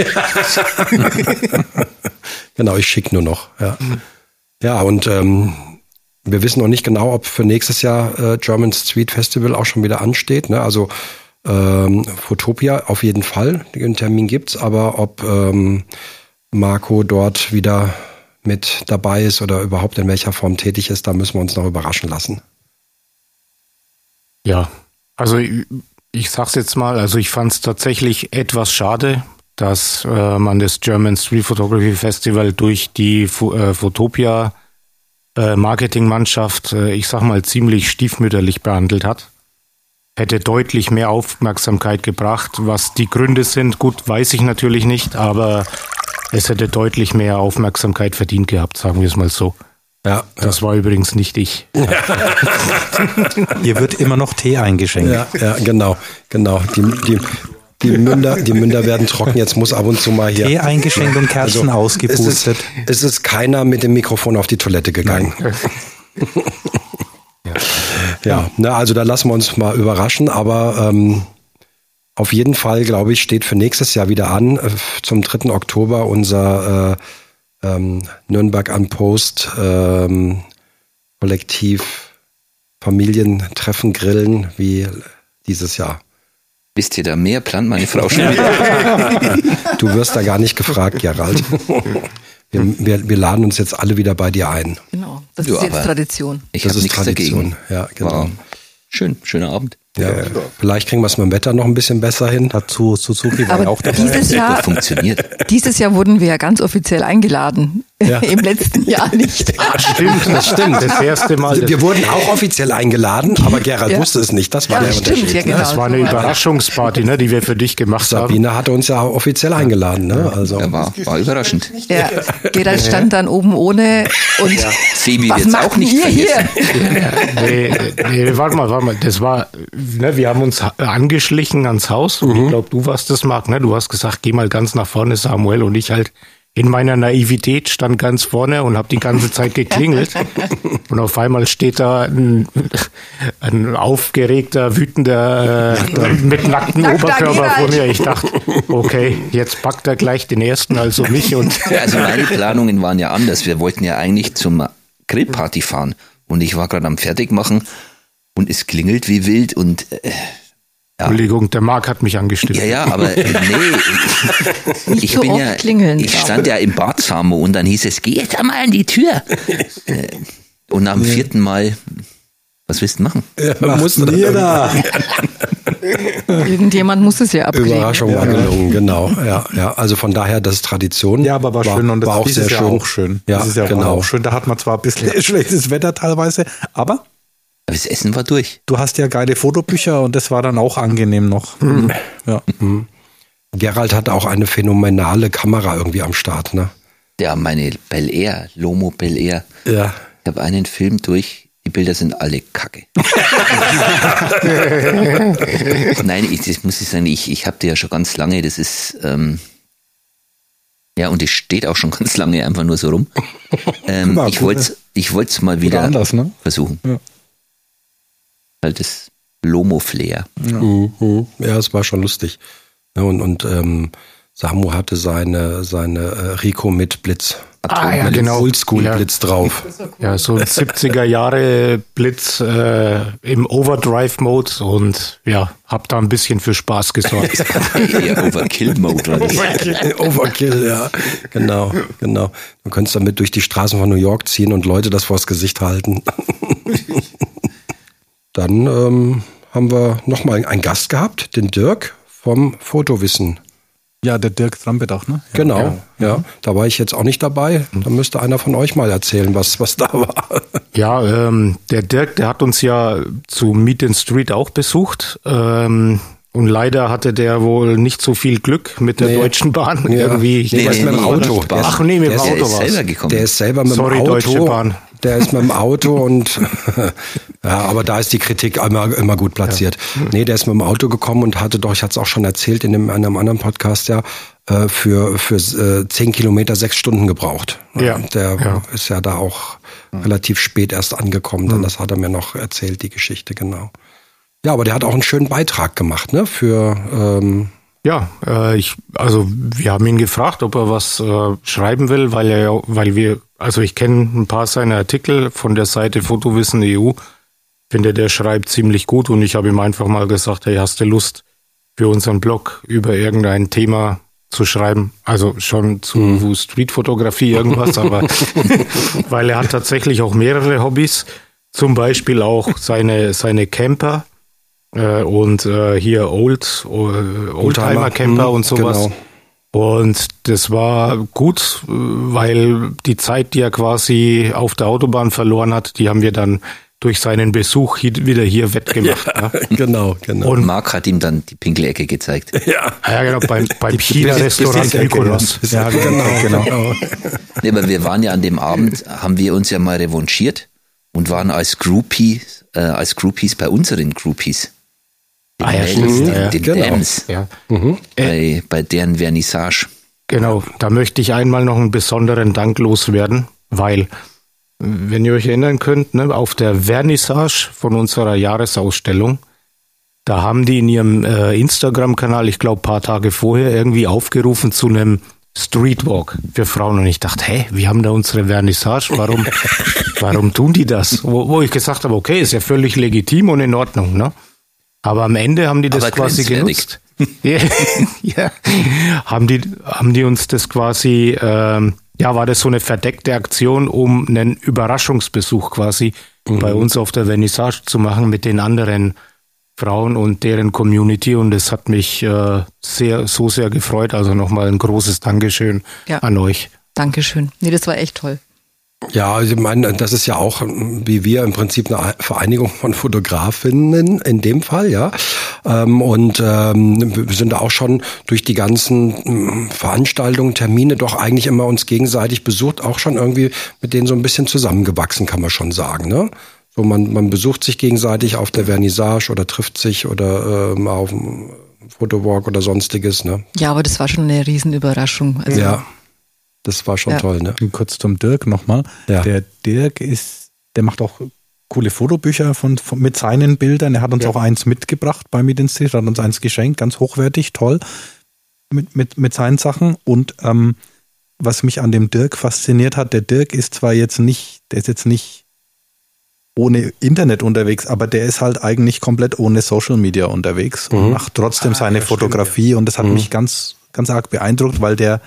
Genau, ich schicke nur noch. Ja, ja und ähm, wir wissen noch nicht genau, ob für nächstes Jahr äh, German Street Festival auch schon wieder ansteht. Ne? Also ähm, Photopia auf jeden Fall, den Termin gibt's, aber ob ähm, Marco dort wieder mit dabei ist oder überhaupt in welcher Form tätig ist, da müssen wir uns noch überraschen lassen.
Ja, also ich, ich sag's jetzt mal, also ich fand's tatsächlich etwas schade, dass äh, man das German Street Photography Festival durch die Fo- äh, Photopia äh, Marketingmannschaft, äh, ich sag mal, ziemlich stiefmütterlich behandelt hat. Hätte deutlich mehr Aufmerksamkeit gebracht. Was die Gründe sind, gut, weiß ich natürlich nicht, aber es hätte deutlich mehr Aufmerksamkeit verdient gehabt, sagen wir es mal so.
Ja,
Das war übrigens nicht ich.
Hier wird immer noch Tee eingeschenkt.
ja, ja, genau, genau. Die, die, die, Münder, die Münder werden trocken. Jetzt muss ab und zu mal hier.
Tee eingeschenkt und Kerzen
Also,
ausgepustet.
Es ist, es ist keiner mit dem Mikrofon auf die Toilette gegangen. Ja, ne, also da lassen wir uns mal überraschen, aber ähm, auf jeden Fall, glaube ich, steht für nächstes Jahr wieder an, äh, zum dritten Oktober unser äh, ähm, Nürnberg Unpost ähm, Kollektiv Familientreffen Grillen wie dieses Jahr.
Wisst ihr da mehr? Plant meine Frau schon wieder.
Du wirst da gar nicht gefragt, Gerald. Wir, wir, wir laden uns jetzt alle wieder bei dir ein.
Genau, das
Ja,
ist jetzt
aber
Tradition.
Ich
Das
habe
ist
nichts
Tradition.
dagegen.
Ja, genau.
War schön, schöner Abend.
Ja, vielleicht kriegen wir es mit dem Wetter noch ein bisschen besser hin.
Dazu Suzuki war
Aber
ja auch dabei.
dieses
Das
Jahr,
funktioniert.
dieses Jahr wurden wir ja ganz offiziell eingeladen.
Ja.
Im letzten Jahr nicht.
Stimmt, das stimmt. Das erste Mal.
Wir wurden auch offiziell eingeladen, aber Gerald
Ja.
wusste es nicht. Das war
Ja,
der
stimmt,
Unterschied.
ja,
ne?
genau.
Das war eine Überraschungsparty, ne, die wir für dich gemacht haben.
Sabine hatte uns ja offiziell eingeladen. Ne? Also,
Ja, war, war überraschend.
Ja, Gerald stand dann oben ohne und
Sebi
was
wird's
macht
auch nicht
ihr hier?
vergessen.
Nee, nee, warte mal, warte mal. Das war, ne, wir haben uns angeschlichen ans Haus. Und ich glaube, du warst das, Marc, ne? Du hast gesagt, geh mal ganz nach vorne, Samuel. Und ich halt in meiner Naivität stand ganz vorne und habe die ganze Zeit geklingelt. Und auf einmal steht da ein, ein aufgeregter, wütender, äh, mit nacktem
Nackter
Oberkörper vor
Gerald.
mir. Ich dachte, okay, jetzt packt er gleich den ersten, also mich. Und
Also meine Planungen waren ja anders. Wir wollten ja eigentlich zum Grillparty fahren. Und ich war gerade am Fertigmachen und es klingelt wie wild und äh,
Entschuldigung, der Marc hat mich angestimmt.
ja, ja, aber äh, nee, ich
so
bin
oft
ja,
klingeln,
ich
Samu.
stand ja im Bad, Samu, und dann hieß es, geh jetzt einmal an die Tür. Äh, Und am vierten Mal, was willst du machen?
ja, musste
da.
Irgendjemand muss es ja abkriegen.
Überraschung war gelungen, genau. Ja, ja. Also von daher, das ist Tradition.
Ja, aber war, schön und das
war auch
dieses
sehr
Jahr
schön.
auch schön.
Ja,
dieses Jahr
genau.
war auch schön. Da hat man zwar ein bisschen schlechtes Wetter teilweise, aber
Aber das Essen war durch.
du hast ja geile Fotobücher und das war dann auch angenehm noch. Ja.
Gerald hat auch eine phänomenale Kamera irgendwie am Start, ne?
Ja, meine Bel Air, Lomo Bel Air.
Ja.
Ich habe einen Film durch, die Bilder sind alle kacke. Nein, ich, das muss ich sagen, ich, ich habe die ja schon ganz lange, das ist, ähm, ja, und es steht auch schon ganz lange einfach nur so rum. Ähm,
War
ich
cool,
wollte es ich wollt's mal wieder
anders, ne?
versuchen.
Ja.
Halt das Lomo-Flair.
Mhm. Ja, es war schon lustig. Ja, und und ähm, Samu hatte seine, seine äh, Rico mit Blitz.
Ah, ja,
Mit dem
genau.
Oldschool-Blitz drauf.
Ja, so ein siebziger Jahre Blitz äh, im Overdrive-Mode und ja, hab da ein bisschen für Spaß gesorgt.
Eher Overkill-Mode war das.
Overkill, ja. Genau, genau. Du könntest damit durch die Straßen von New York ziehen und Leute das vors Gesicht halten. Dann ähm, haben wir nochmal einen Gast gehabt, den Dirk vom Fotowissen
Ja, der Dirk Trampedach, ne? Ja,
genau,
ja.
ja. Da war ich jetzt auch nicht dabei. Da müsste einer von euch mal erzählen, was, was da war.
Ja, ähm, der Dirk, der hat uns ja zu Meet in Street auch besucht. Ähm, und leider hatte der wohl nicht so viel Glück mit der
Nee.
Deutschen Bahn.
Ja.
Irgendwie.
Nee, der ist mit dem Auto.
Bahn.
Ach nee, mit dem
der
Auto
ist
war's.
selber gekommen.
Der ist selber mit
Sorry,
dem Auto.
Deutsche Bahn.
Der ist mit dem Auto und ja, aber da ist die Kritik immer, immer gut platziert. Ja. Nee, der ist mit dem Auto gekommen und hatte doch, ich hatte es auch schon erzählt in einem, in einem anderen Podcast, ja, äh, für für äh, zehn Kilometer sechs Stunden gebraucht.
Ja.
Der
ja.
ist ja da auch relativ spät erst angekommen. Dann, das hat er mir noch erzählt, die Geschichte, genau. Ja, aber der hat auch einen schönen Beitrag gemacht, ne? Für ähm,
Ja, äh, ich, also wir haben ihn gefragt, ob er was äh, schreiben will, weil er, weil wir, also ich kenne ein paar seiner Artikel von der Seite Fotowissen E U, finde der schreibt ziemlich gut und ich habe ihm einfach mal gesagt, hey, hast du Lust für unseren Blog über irgendein Thema zu schreiben? Also schon zu mhm. Streetfotografie irgendwas, aber weil er hat tatsächlich auch mehrere Hobbys, zum Beispiel auch seine seine Camper. Äh, und äh, hier Old, äh, Oldtimer-Camper und sowas. Genau. Und das war gut, weil die Zeit, die er quasi auf der Autobahn verloren hat, die haben wir dann durch seinen Besuch hier, wieder hier wettgemacht.
Ja, ja. Genau, genau.
Und Marc hat ihm dann die Pinkelecke gezeigt.
Ja,
ja genau, beim, beim China-Restaurant Mykonos.
Ja, genau, genau.
Nee, aber wir waren ja an dem Abend, haben wir uns ja mal revanchiert und waren als Groupies, äh, als Groupies bei unseren Groupies. Den
Ah, ja,
Mädels,
stimmt.
den,
Ja,
den
genau.
Dams,
Ja. Mhm.
bei, bei deren Vernissage.
Genau, da möchte ich einmal noch einen besonderen Dank loswerden, weil, wenn ihr euch erinnern könnt, ne, auf der Vernissage von unserer Jahresausstellung, da haben die in ihrem äh, Instagram-Kanal, ich glaube, paar Tage vorher irgendwie aufgerufen zu einem Streetwalk für Frauen. Und ich dachte, hey, wir haben da unsere Vernissage, warum, warum tun die das? Wo, wo ich gesagt habe, okay, ist ja völlig legitim und in Ordnung, ne? Aber am Ende haben die das
Aber
quasi
grenzwertig.
genutzt. ja, ja. Haben die, haben die uns das quasi, ähm, ja, war das so eine verdeckte Aktion, um einen Überraschungsbesuch quasi mhm. bei uns auf der Vernissage zu machen mit den anderen Frauen und deren Community. Und das hat mich äh, sehr, so sehr gefreut. Also nochmal ein großes Dankeschön
Ja.
an euch.
Dankeschön. Nee, das war echt toll.
Ja, also ich meine, das ist ja auch, wie wir, im Prinzip eine Vereinigung von Fotografinnen in dem Fall, ja. Und ähm, wir sind da auch schon durch die ganzen Veranstaltungen, Termine doch eigentlich immer uns gegenseitig besucht, auch schon irgendwie mit denen so ein bisschen zusammengewachsen, kann man schon sagen, ne? So, man, man besucht sich gegenseitig auf der Vernissage oder trifft sich oder ähm, auf dem Fotowalk oder sonstiges, ne?
Ja, aber das war schon eine Riesenüberraschung. Also,
Ja. Das war schon
Ja.
toll, ne?
Und kurz zum Dirk nochmal.
Ja.
Der Dirk ist, der macht auch coole Fotobücher von, von mit seinen Bildern. Er hat uns
Ja.
auch eins mitgebracht bei Meet in Street, hat uns eins geschenkt, ganz hochwertig, toll, mit, mit, mit seinen Sachen. Und ähm, was mich an dem Dirk fasziniert hat, der Dirk ist zwar jetzt nicht, der ist jetzt nicht ohne Internet unterwegs, aber der ist halt eigentlich komplett ohne Social Media unterwegs und
Mhm.
macht trotzdem
Ah,
seine
ja, stimmt,
Fotografie. Und das hat
Mhm.
mich ganz, ganz arg beeindruckt, weil der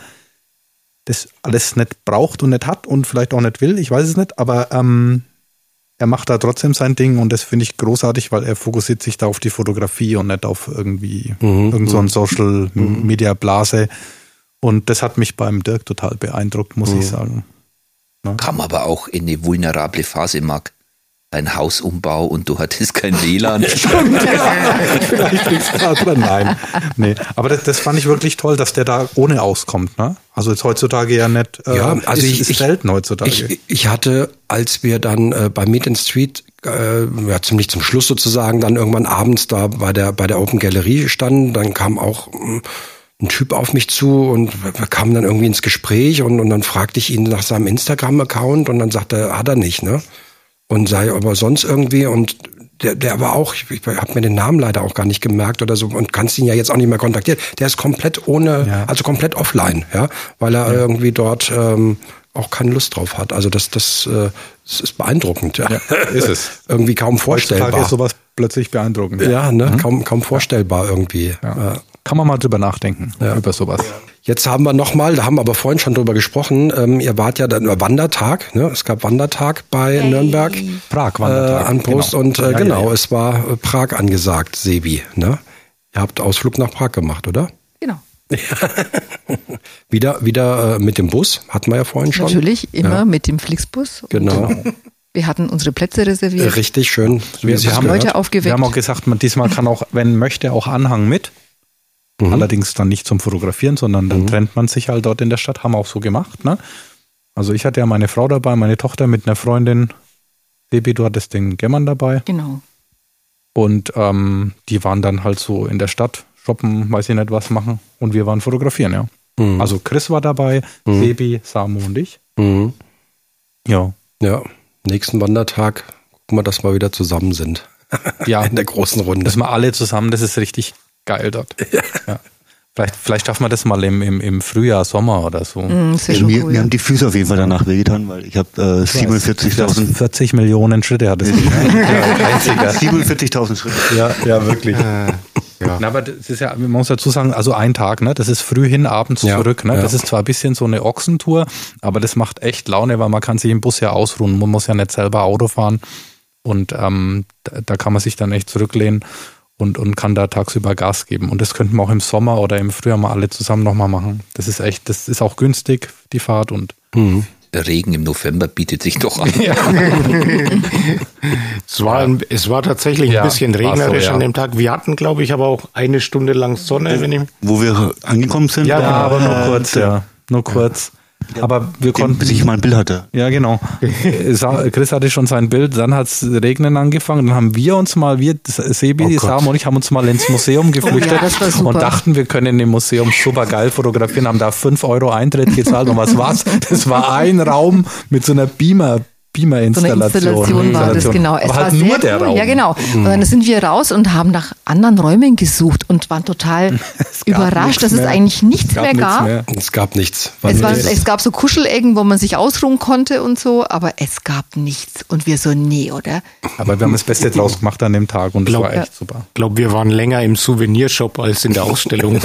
das alles nicht braucht und nicht hat und vielleicht auch nicht will, ich weiß es nicht, aber ähm, er macht da trotzdem sein Ding und das finde ich großartig, weil er fokussiert sich da auf die Fotografie und nicht auf irgendwie
Mhm.
irgend so ein Social Media Blase. Und das hat mich beim Dirk total beeindruckt, muss
Mhm.
ich sagen.
Kam aber auch in eine vulnerable Phase, Marc. Ein Hausumbau und du hattest kein W L A N.
Vielleicht liegt's da dran. Nein. Nee. Aber das, das fand ich wirklich toll, dass der da ohne auskommt. Ne? Also jetzt heutzutage ja nicht. Äh,
Ja, also
ist,
ich,
ist
ich,
selten heutzutage.
Ich, ich hatte, als wir dann äh, bei Meet in Street, äh, ja ziemlich zum Schluss sozusagen, dann irgendwann abends da bei der bei der Open Gallery standen, dann kam auch mh, ein Typ auf mich zu und wir kamen dann irgendwie ins Gespräch und, und dann fragte ich ihn nach seinem Instagram-Account und dann sagte er, hat er nicht, ne? Und sei aber sonst irgendwie und der, der war auch, ich, ich habe mir den Namen leider auch gar nicht gemerkt oder so und kannst ihn ja jetzt auch nicht mehr kontaktieren. Der ist komplett ohne,
Ja.
also komplett offline, ja, weil er ja. irgendwie dort ähm, auch keine Lust drauf hat. Also das, das, äh, das ist beeindruckend, ja.
Ja, ist es.
irgendwie kaum vorstellbar.
Heutzutage ist sowas plötzlich beeindruckend.
Ja, ne,
Mhm.
kaum, kaum vorstellbar irgendwie.
Ja.
Ja.
Kann man mal drüber nachdenken,
Ja.
über sowas.
Jetzt haben wir nochmal, da haben wir aber vorhin schon drüber gesprochen, ähm, ihr wart ja dann über Wandertag, ne? Es gab Wandertag bei
Hey.
Nürnberg.
Prag Wandertag.
Äh, an Post
genau.
und äh,
Ja, ja,
genau,
ja.
es war äh, Prag angesagt, Sebi, ne? Ihr habt Ausflug nach Prag gemacht, oder?
Genau.
wieder wieder äh, mit dem Bus, hatten wir ja vorhin schon.
Natürlich, immer
ja.
mit dem Flixbus.
Genau.
Wir hatten unsere Plätze reserviert.
Richtig schön.
Wir, wir, haben,
Leute aufgeweckt.
wir haben auch gesagt, man diesmal kann auch, wenn möchte, auch Anhang mit. Mhm. Allerdings dann nicht zum Fotografieren, sondern dann mhm. trennt man sich halt dort in der Stadt. Haben wir auch so gemacht. Ne? Also ich hatte ja meine Frau dabei, meine Tochter mit einer Freundin. Sebi, du hattest den Gemmern dabei.
Genau.
Und ähm, die waren dann halt so in der Stadt, shoppen, weiß ich nicht was machen. Und wir waren fotografieren, ja. Mhm. Also Chris war dabei, mhm. Sebi, Samu und ich.
Mhm.
Ja.
Ja. Nächsten Wandertag gucken wir, dass wir wieder zusammen sind.
Ja,
in der großen Runde.
Dass wir alle zusammen, das ist richtig geil dort. Ja. Ja. Vielleicht, vielleicht schaffen wir das mal im, im, im Frühjahr, Sommer oder so.
Mm,
ja,
schon
mir,
cool,
mir
ja.
haben die Füße auf jeden Fall danach wehgetan, weil ich habe äh, siebenundvierzigtausend
vierzig Millionen Schritte hat es.
ja, siebenundvierzigtausend Schritte.
Ja, ja, wirklich.
Äh, ja.
Na, aber das ist ja, man muss dazu sagen, also ein Tag, ne? Das ist früh hin, abends
ja,
zurück. Ne?
Ja.
Das ist zwar ein bisschen so eine Ochsentour, aber das macht echt Laune, weil man kann sich im Bus ja ausruhen. Man muss ja nicht selber Auto fahren. Und ähm, da, da kann man sich dann echt zurücklehnen und, und kann da tagsüber Gas geben. Und das könnten wir auch im Sommer oder im Frühjahr mal alle zusammen nochmal machen. Das ist echt, das ist auch günstig, die Fahrt. Und
mhm.
Der Regen im November bietet sich doch an.
ja.
es, war ein, es war tatsächlich ein
ja,
bisschen regnerisch
so, ja.
an dem Tag. Wir hatten, glaube ich, aber auch eine Stunde lang Sonne. Wenn ich
Wo wir angekommen sind?
Ja,
ja,
genau.
aber nur kurz, ja. Nur kurz. Aber wir konnten.
Bis ich mal ein Bild hatte.
Ja, genau. Chris hatte schon sein Bild, dann hat es regnen angefangen, dann haben wir uns mal, wir, Sebi,
Oh
Sam und ich haben uns mal ins Museum geflüchtet
Oh ja, das war super.
und dachten, wir können im Museum super geil fotografieren, haben da fünf Euro Eintritt gezahlt und was war's? Das war ein Raum mit so einer Beamer, Beamer-Installation.
So eine Installation war das, genau. Es
Aber
war
halt
sehr
nur der
cool.
Raum.
Ja, genau. Und dann sind wir raus und haben nach anderen Räumen gesucht und waren total überrascht, dass es
mehr.
eigentlich nichts mehr
nichts
gab.
mehr.
Es gab nichts.
Es, war,
nichts.
es gab so Kuschelecken, wo man sich ausruhen konnte und so, aber es gab nichts. Und wir so, nee, oder?
Aber wir haben das Beste draus gemacht an dem Tag und das
Glaub-
war echt
Ja.
super.
Ich glaube, wir waren länger im Souvenirshop als in der Ausstellung.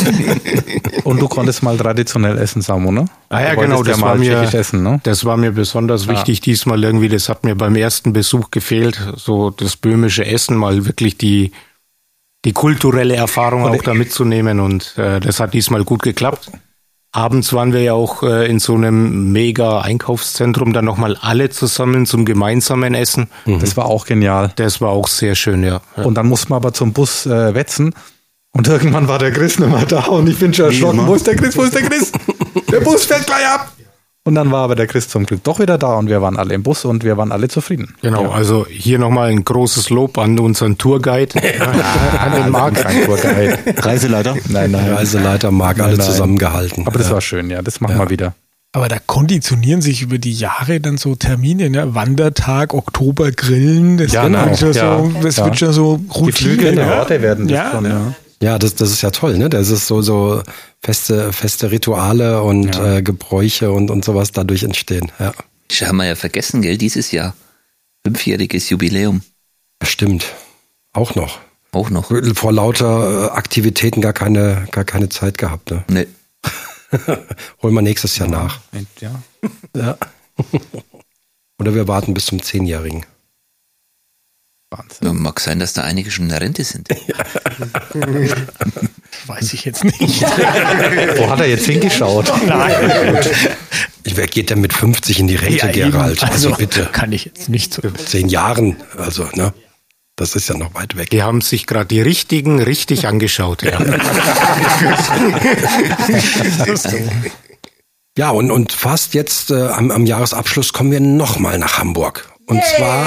Und du konntest mal traditionell essen, Samu, ne?
Ah ja,
Du
genau,
wolltest
das
ja
war
mal
mir,
tschechisch essen, ne?
das war mir besonders
Ja.
wichtig diesmal irgendwie. Das hat mir beim ersten Besuch gefehlt, so das böhmische Essen, mal wirklich die, die kulturelle Erfahrung
Und
auch da mitzunehmen und äh, das hat diesmal gut geklappt. Abends waren wir ja auch äh, in so einem mega Einkaufszentrum, dann nochmal alle zusammen zum gemeinsamen Essen.
Das war auch genial.
Das war auch sehr schön, ja. ja.
Und dann mussten wir aber zum Bus äh, wetzen. Und irgendwann war der Chris nicht mehr da und ich bin schon erschrocken. Wo ist der Chris? Wo ist der Chris? Der Bus fährt gleich ab. Und dann war aber der Chris zum Glück doch wieder da und wir waren alle im Bus und wir waren alle zufrieden.
Genau,
Ja.
also hier nochmal ein großes Lob an unseren Tourguide, an den Marc.
Kein Tourguide.
Reiseleiter?
Nein, nein.
Der Reiseleiter mag alle
nein.
zusammengehalten.
Aber das
ja.
war schön, ja. Das machen
Ja.
wir wieder.
Aber da konditionieren sich über die Jahre dann so Termine, ne? Wandertag, Oktober Grillen, das,
Ja,
wird,
genau.
schon
Ja,
so, das
ja.
wird schon so Routine.
der
ja.
werden das
Ja.
schon, ja.
Ja, das, das ist ja toll, ne? Das ist so, so feste, feste Rituale und
Ja.
äh, Gebräuche und, und sowas dadurch entstehen. Ja,
Das haben wir ja vergessen, gell, dieses Jahr. Fünfjähriges Jubiläum.
stimmt. Auch noch.
Auch noch.
Vor lauter äh, Aktivitäten gar keine, gar keine Zeit gehabt, ne?
Ne.
Holen wir nächstes Jahr nach.
Ja.
Ja. Oder wir warten bis zum Zehnjährigen.
Wahnsinn.
Ja, mag sein, dass da einige schon in der Rente sind.
Weiß ich jetzt nicht.
Wo hat er jetzt hingeschaut?
Nein.
Wer geht denn mit fünfzig in die Rente,
Ja, eben.
Gerald? Also, bitte.
Kann ich jetzt nicht so.
Zehn Jahren, also, ne? Das ist ja noch weit weg.
Die haben sich gerade die richtigen richtig angeschaut. Ja.
Ja, und, und fast jetzt äh, am, am Jahresabschluss kommen wir nochmal nach Hamburg. Und zwar,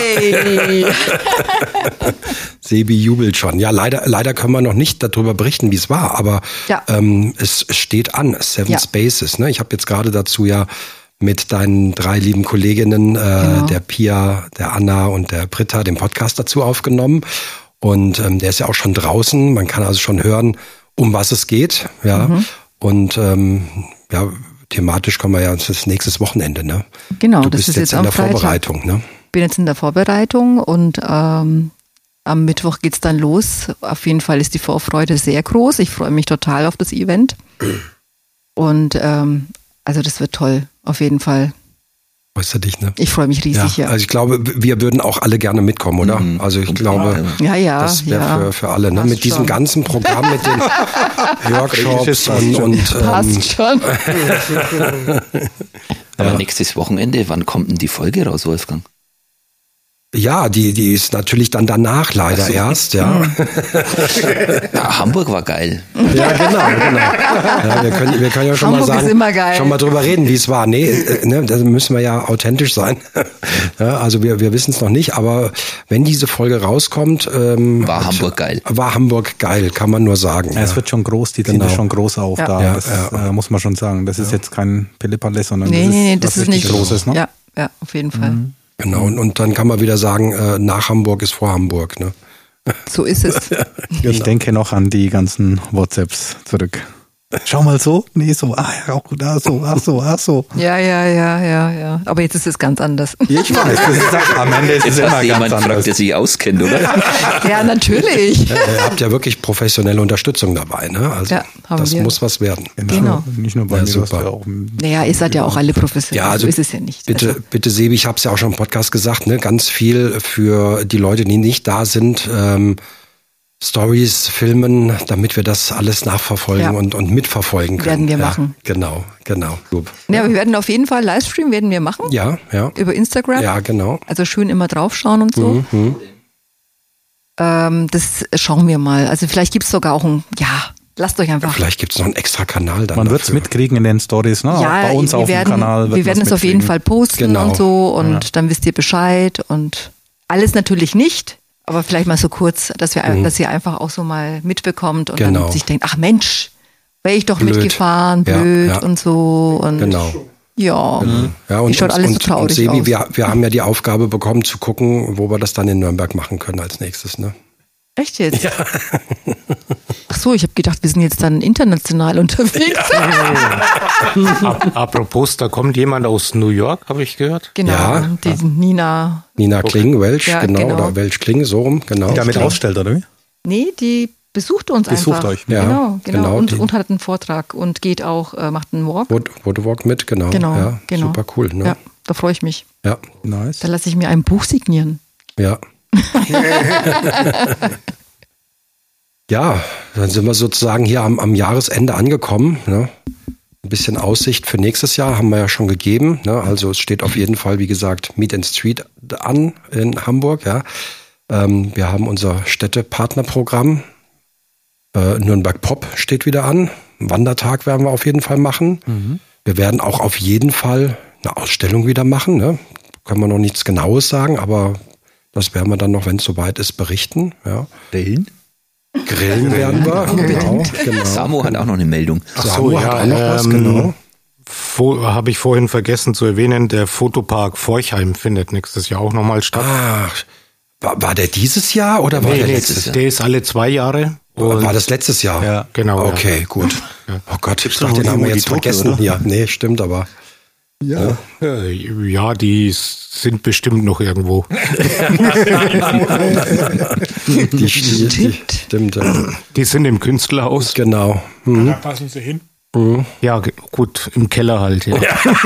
Sebi jubelt schon. Ja, leider, leider können wir noch nicht darüber berichten, wie es war, aber
Ja.
ähm, es steht an, Seven
Ja.
Spaces. Ne? Ich habe jetzt gerade dazu ja mit deinen drei lieben Kolleginnen, äh,
Genau.
der Pia, der Anna und der Britta, den Podcast dazu aufgenommen. Und ähm, der ist ja auch schon draußen. Man kann also schon hören, um was es geht. Ja.
Mhm.
Und ähm, ja, thematisch kommen wir ja das nächstes Wochenende. Ne?
Genau,
Du
das
bist
ist
jetzt
jetzt
in
am
der
Freitag.
Vorbereitung, ne?
Bin jetzt in der Vorbereitung und ähm, am Mittwoch geht's dann los. Auf jeden Fall ist die Vorfreude sehr groß. Ich freue mich total auf das Event. Und ähm, also das wird toll, auf jeden Fall.
Freust du dich, ne?
Ich freue mich riesig, ja.
ja. Also ich glaube, wir würden auch alle gerne mitkommen, oder?
Mhm.
Also ich glaube,
ja, ja,
das wäre
ja.
für, für alle, ne?
Passt
Mit diesem
schon.
ganzen Programm, mit den Workshops und, und
Passt
ähm,
schon.
Aber
Ja.
nächstes Wochenende, wann kommt denn die Folge raus, Wolfgang?
ja, die, die ist natürlich dann danach leider erst, ja.
Ja, Hamburg war geil.
Ja, genau, genau. Ja, wir können, wir können ja schon
Hamburg
mal
ist
sagen,
immer geil.
schon mal drüber reden, wie es war. Nee, äh, ne, da müssen wir ja authentisch sein. Ja, also wir, wir wissen es noch nicht, aber wenn diese Folge rauskommt, ähm,
War Hamburg geil.
War Hamburg geil, kann man nur sagen.
Ja, es wird schon groß, die ziehen
Genau.
das schon groß auf
Ja.
da.
Ja,
das
ja.
Äh, muss man schon sagen. Das ist jetzt kein Pillepalle, sondern
Nee,
das ist
nee, nee,
was
das ist
richtig
nicht
Großes. Ne?
Ja, ja, auf jeden Fall.
Genau, und, und dann kann man wieder sagen, äh, nach Hamburg ist vor Hamburg. Ne?
So ist es.
Ich denke noch an die ganzen WhatsApps zurück. Schau mal so, nee, so, ah, ja, auch gut, ach so, ach so, ach so.
Ja, ja, ja, ja, ja. Aber jetzt ist es ganz anders.
Ich weiß, das ist, am Ende ist es
Jetzt
immer
hast du
ganz
jemand
anders.
gefragt, der sich auskennt, oder?
Ja, natürlich.
Ja, ihr habt ja wirklich professionelle Unterstützung dabei. Ne? Also
Ja, haben
das
wir.
muss was werden.
Nicht
Genau.
nur, nicht nur bei
Ja,
mir, du hast
super.
ja auch
Naja, ihr seid ja auch alle professionell.
Ja, also
so ist es ja nicht.
Bitte,
Also,
bitte Sebi, ich habe es ja auch schon im Podcast gesagt, ne, ganz viel für die Leute, die nicht da sind, ähm, Stories, Filmen, damit wir das alles nachverfolgen
Ja.
und, und mitverfolgen können.
Werden wir
ja,
machen.
Genau, genau. Gut.
ja, wir werden auf jeden Fall Livestream werden wir machen.
Ja, ja.
Über Instagram.
Ja, genau.
Also schön immer draufschauen und so.
Mhm.
Ähm, das schauen wir mal. Also vielleicht gibt's sogar auch ein, ja, lasst euch einfach.
Vielleicht gibt's noch einen extra Kanal dann.
Man wird es
dafür.
mitkriegen in den Stories, ne?
Ja,
auch bei uns
wir
auf
werden,
dem Kanal. wird
wir werden
man's
es auf jeden
mitkriegen.
Fall posten
Genau.
und so und
Ja.
dann wisst ihr Bescheid und alles natürlich nicht, aber vielleicht mal so kurz, dass wir, dass ihr einfach auch so mal mitbekommt und
Genau.
dann sich denkt, ach Mensch, wäre ich doch
Blöd.
mitgefahren,
Ja,
blöd
ja.
und so und
Genau.
ja,
Ja, und,
die schaut
und,
alles so
und,
traurig
und Sebi,
aus.
wir, wir haben ja die Aufgabe bekommen zu gucken, wo wir das dann in Nürnberg machen können als nächstes. Ne?
Echt jetzt? Ja. Ach so, ich habe gedacht, wir sind jetzt dann international unterwegs.
Ap apropos, da kommt jemand aus New York, habe ich gehört.
Genau,
Ja.
die Nina.
Nina Kling, Welch,
Ja,
genau,
genau.
oder Welch Kling, so rum, genau.
Die damit
Genau.
ausstellt, oder wie?
Nee, die besucht uns
Besucht
einfach.
euch.
Ja,
genau, genau.
genau,
und,
die-
und hat einen Vortrag und geht auch, äh, macht einen Walk.
Wood, Woodwalk mit, genau.
Genau,
ja,
genau.
Super cool. Ne?
Ja, da freue ich mich.
Ja,
Nice.
Da lasse ich mir ein Buch signieren.
ja. Ja, dann sind wir sozusagen hier am, am Jahresende angekommen. Ne? Ein bisschen Aussicht für nächstes Jahr haben wir ja schon gegeben. Ne? Also es steht auf jeden Fall, wie gesagt, Meet and Street an in Hamburg. Ja, ähm, wir haben unser Städtepartnerprogramm. Äh, Nürnberg Pop steht wieder an. Einen Wandertag werden wir auf jeden Fall machen.
Mhm.
Wir werden auch auf jeden Fall eine Ausstellung wieder machen. Ne? Können wir noch nichts Genaues sagen, aber das werden wir dann noch, wenn es soweit ist, berichten. Ja.
Grillen?
Grillen werden wir. Genau, genau.
Samo hat auch noch eine Meldung.
Ach
Samo
so,
hat
ja,
auch noch was,
ähm,
genau.
Habe ich vorhin vergessen zu erwähnen, der Fotopark Forchheim findet nächstes Jahr auch nochmal statt.
Ach, war, war der dieses Jahr oder war
nee,
der
nee,
letztes Jahr?
der ist alle zwei Jahre. Und
War das letztes Jahr?
Ja.
Genau, ja.
Okay, gut. Oh Gott, ich
doch
dachte, den
noch
haben wir
die
jetzt
Tote,
vergessen.
oder?
Ja, nee, stimmt, aber.
Ja.
Äh, ja, die sind bestimmt noch irgendwo.
Die, die, die, die, stimmt. Ja.
Die sind im Künstlerhaus.
Genau. Mhm.
Da passen sie hin.
Ja, ge- gut, im Keller halt. Ja.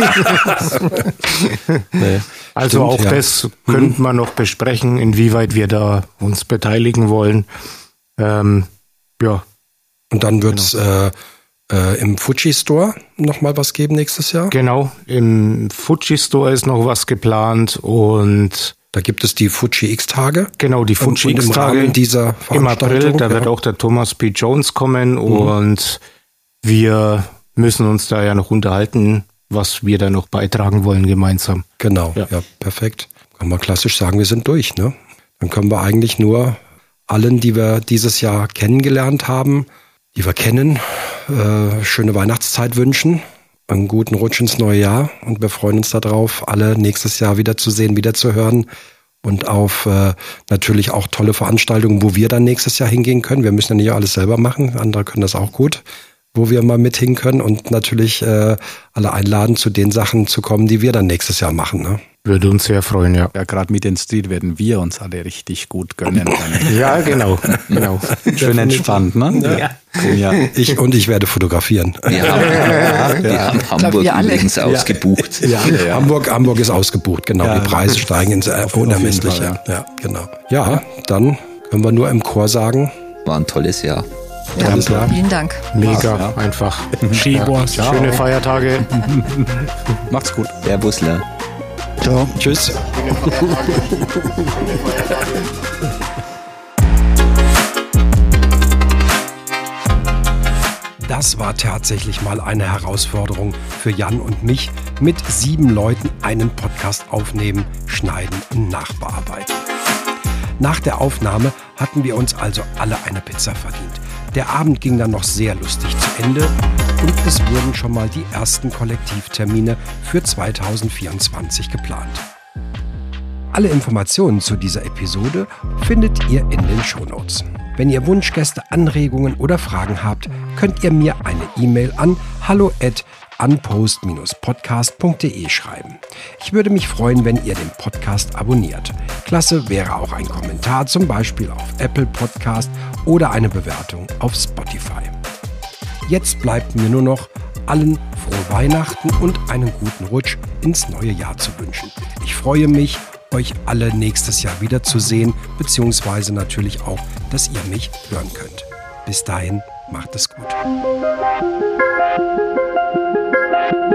Nee.
Also
Stimmt,
auch
ja.
das könnten wir noch besprechen, inwieweit wir da uns beteiligen wollen. Ähm, ja,
Und dann wird's äh, äh, im Fuji Store nochmal was geben nächstes Jahr.
genau. Im Fuji Store ist noch was geplant und
Da gibt es die Fuji X-Tage.
genau die
Und-
Fuji
und im
X-Tage
Rahmen dieser
im April.
Veranstaltung,
Da wird
ja.
auch der Thomas P. Jones kommen und wir müssen uns da ja noch unterhalten, was wir da noch beitragen wollen gemeinsam.
Genau, ja.
Ja.
perfekt. Kann man klassisch sagen, wir sind durch, ne? Dann können wir eigentlich nur allen, die wir dieses Jahr kennengelernt haben, die wir kennen, äh, schöne Weihnachtszeit wünschen, einen guten Rutsch ins neue Jahr und wir freuen uns darauf, alle nächstes Jahr wieder zu sehen, wieder zu hören und auf äh, natürlich auch tolle Veranstaltungen, wo wir dann nächstes Jahr hingehen können. Wir müssen ja nicht alles selber machen, andere können das auch gut, wo wir mal mit hin können und natürlich äh, alle einladen, zu den Sachen zu kommen, die wir dann nächstes Jahr machen. Ne?
Würde uns sehr freuen, ja.
Ja, gerade mit den Street werden wir uns alle richtig gut gönnen können.
Ja, genau, genau.
Schön entspannt, ne?
Ja. Ja. Ich und ich werde fotografieren.
Wir haben,
Ja,
wir
ja.
haben Hamburg
wir alle.
übrigens ausgebucht.
Ja, alle, ja.
Hamburg, Hamburg ist ausgebucht, genau.
Ja,
die Preise steigen ins äh,
auf jeden
Unermessliche.
Fall,
Ja, genau. Ja, dann können wir nur im Chor sagen,
War ein tolles Jahr.
Ja,
Alles klar.
vielen Dank.
Mega,
Ja.
einfach.
Skiwurst.
Ja. Schöne Feiertage.
Macht's gut.
Servusler.
Ciao.
tschüss. Das war tatsächlich mal eine Herausforderung für Jan und mich, mit sieben Leuten einen Podcast aufnehmen, schneiden und nachbearbeiten. Nach der Aufnahme hatten wir uns also alle eine Pizza verdient. Der Abend ging dann noch sehr lustig zu Ende und es wurden schon mal die ersten Kollektivtermine für zweitausendvierundzwanzig geplant. Alle Informationen zu dieser Episode findet ihr in den Shownotes. Wenn ihr Wunschgäste, Anregungen oder Fragen habt, könnt ihr mir eine E-Mail an hallo at unpost dash podcast punkt de schreiben. Ich würde mich freuen, wenn ihr den Podcast abonniert. Klasse wäre auch ein Kommentar, zum Beispiel auf Apple Podcast oder eine Bewertung auf Spotify. Jetzt bleibt mir nur noch, allen frohe Weihnachten und einen guten Rutsch ins neue Jahr zu wünschen. Ich freue mich, euch alle nächstes Jahr wiederzusehen, beziehungsweise natürlich auch, dass ihr mich hören könnt. Bis dahin, macht es gut.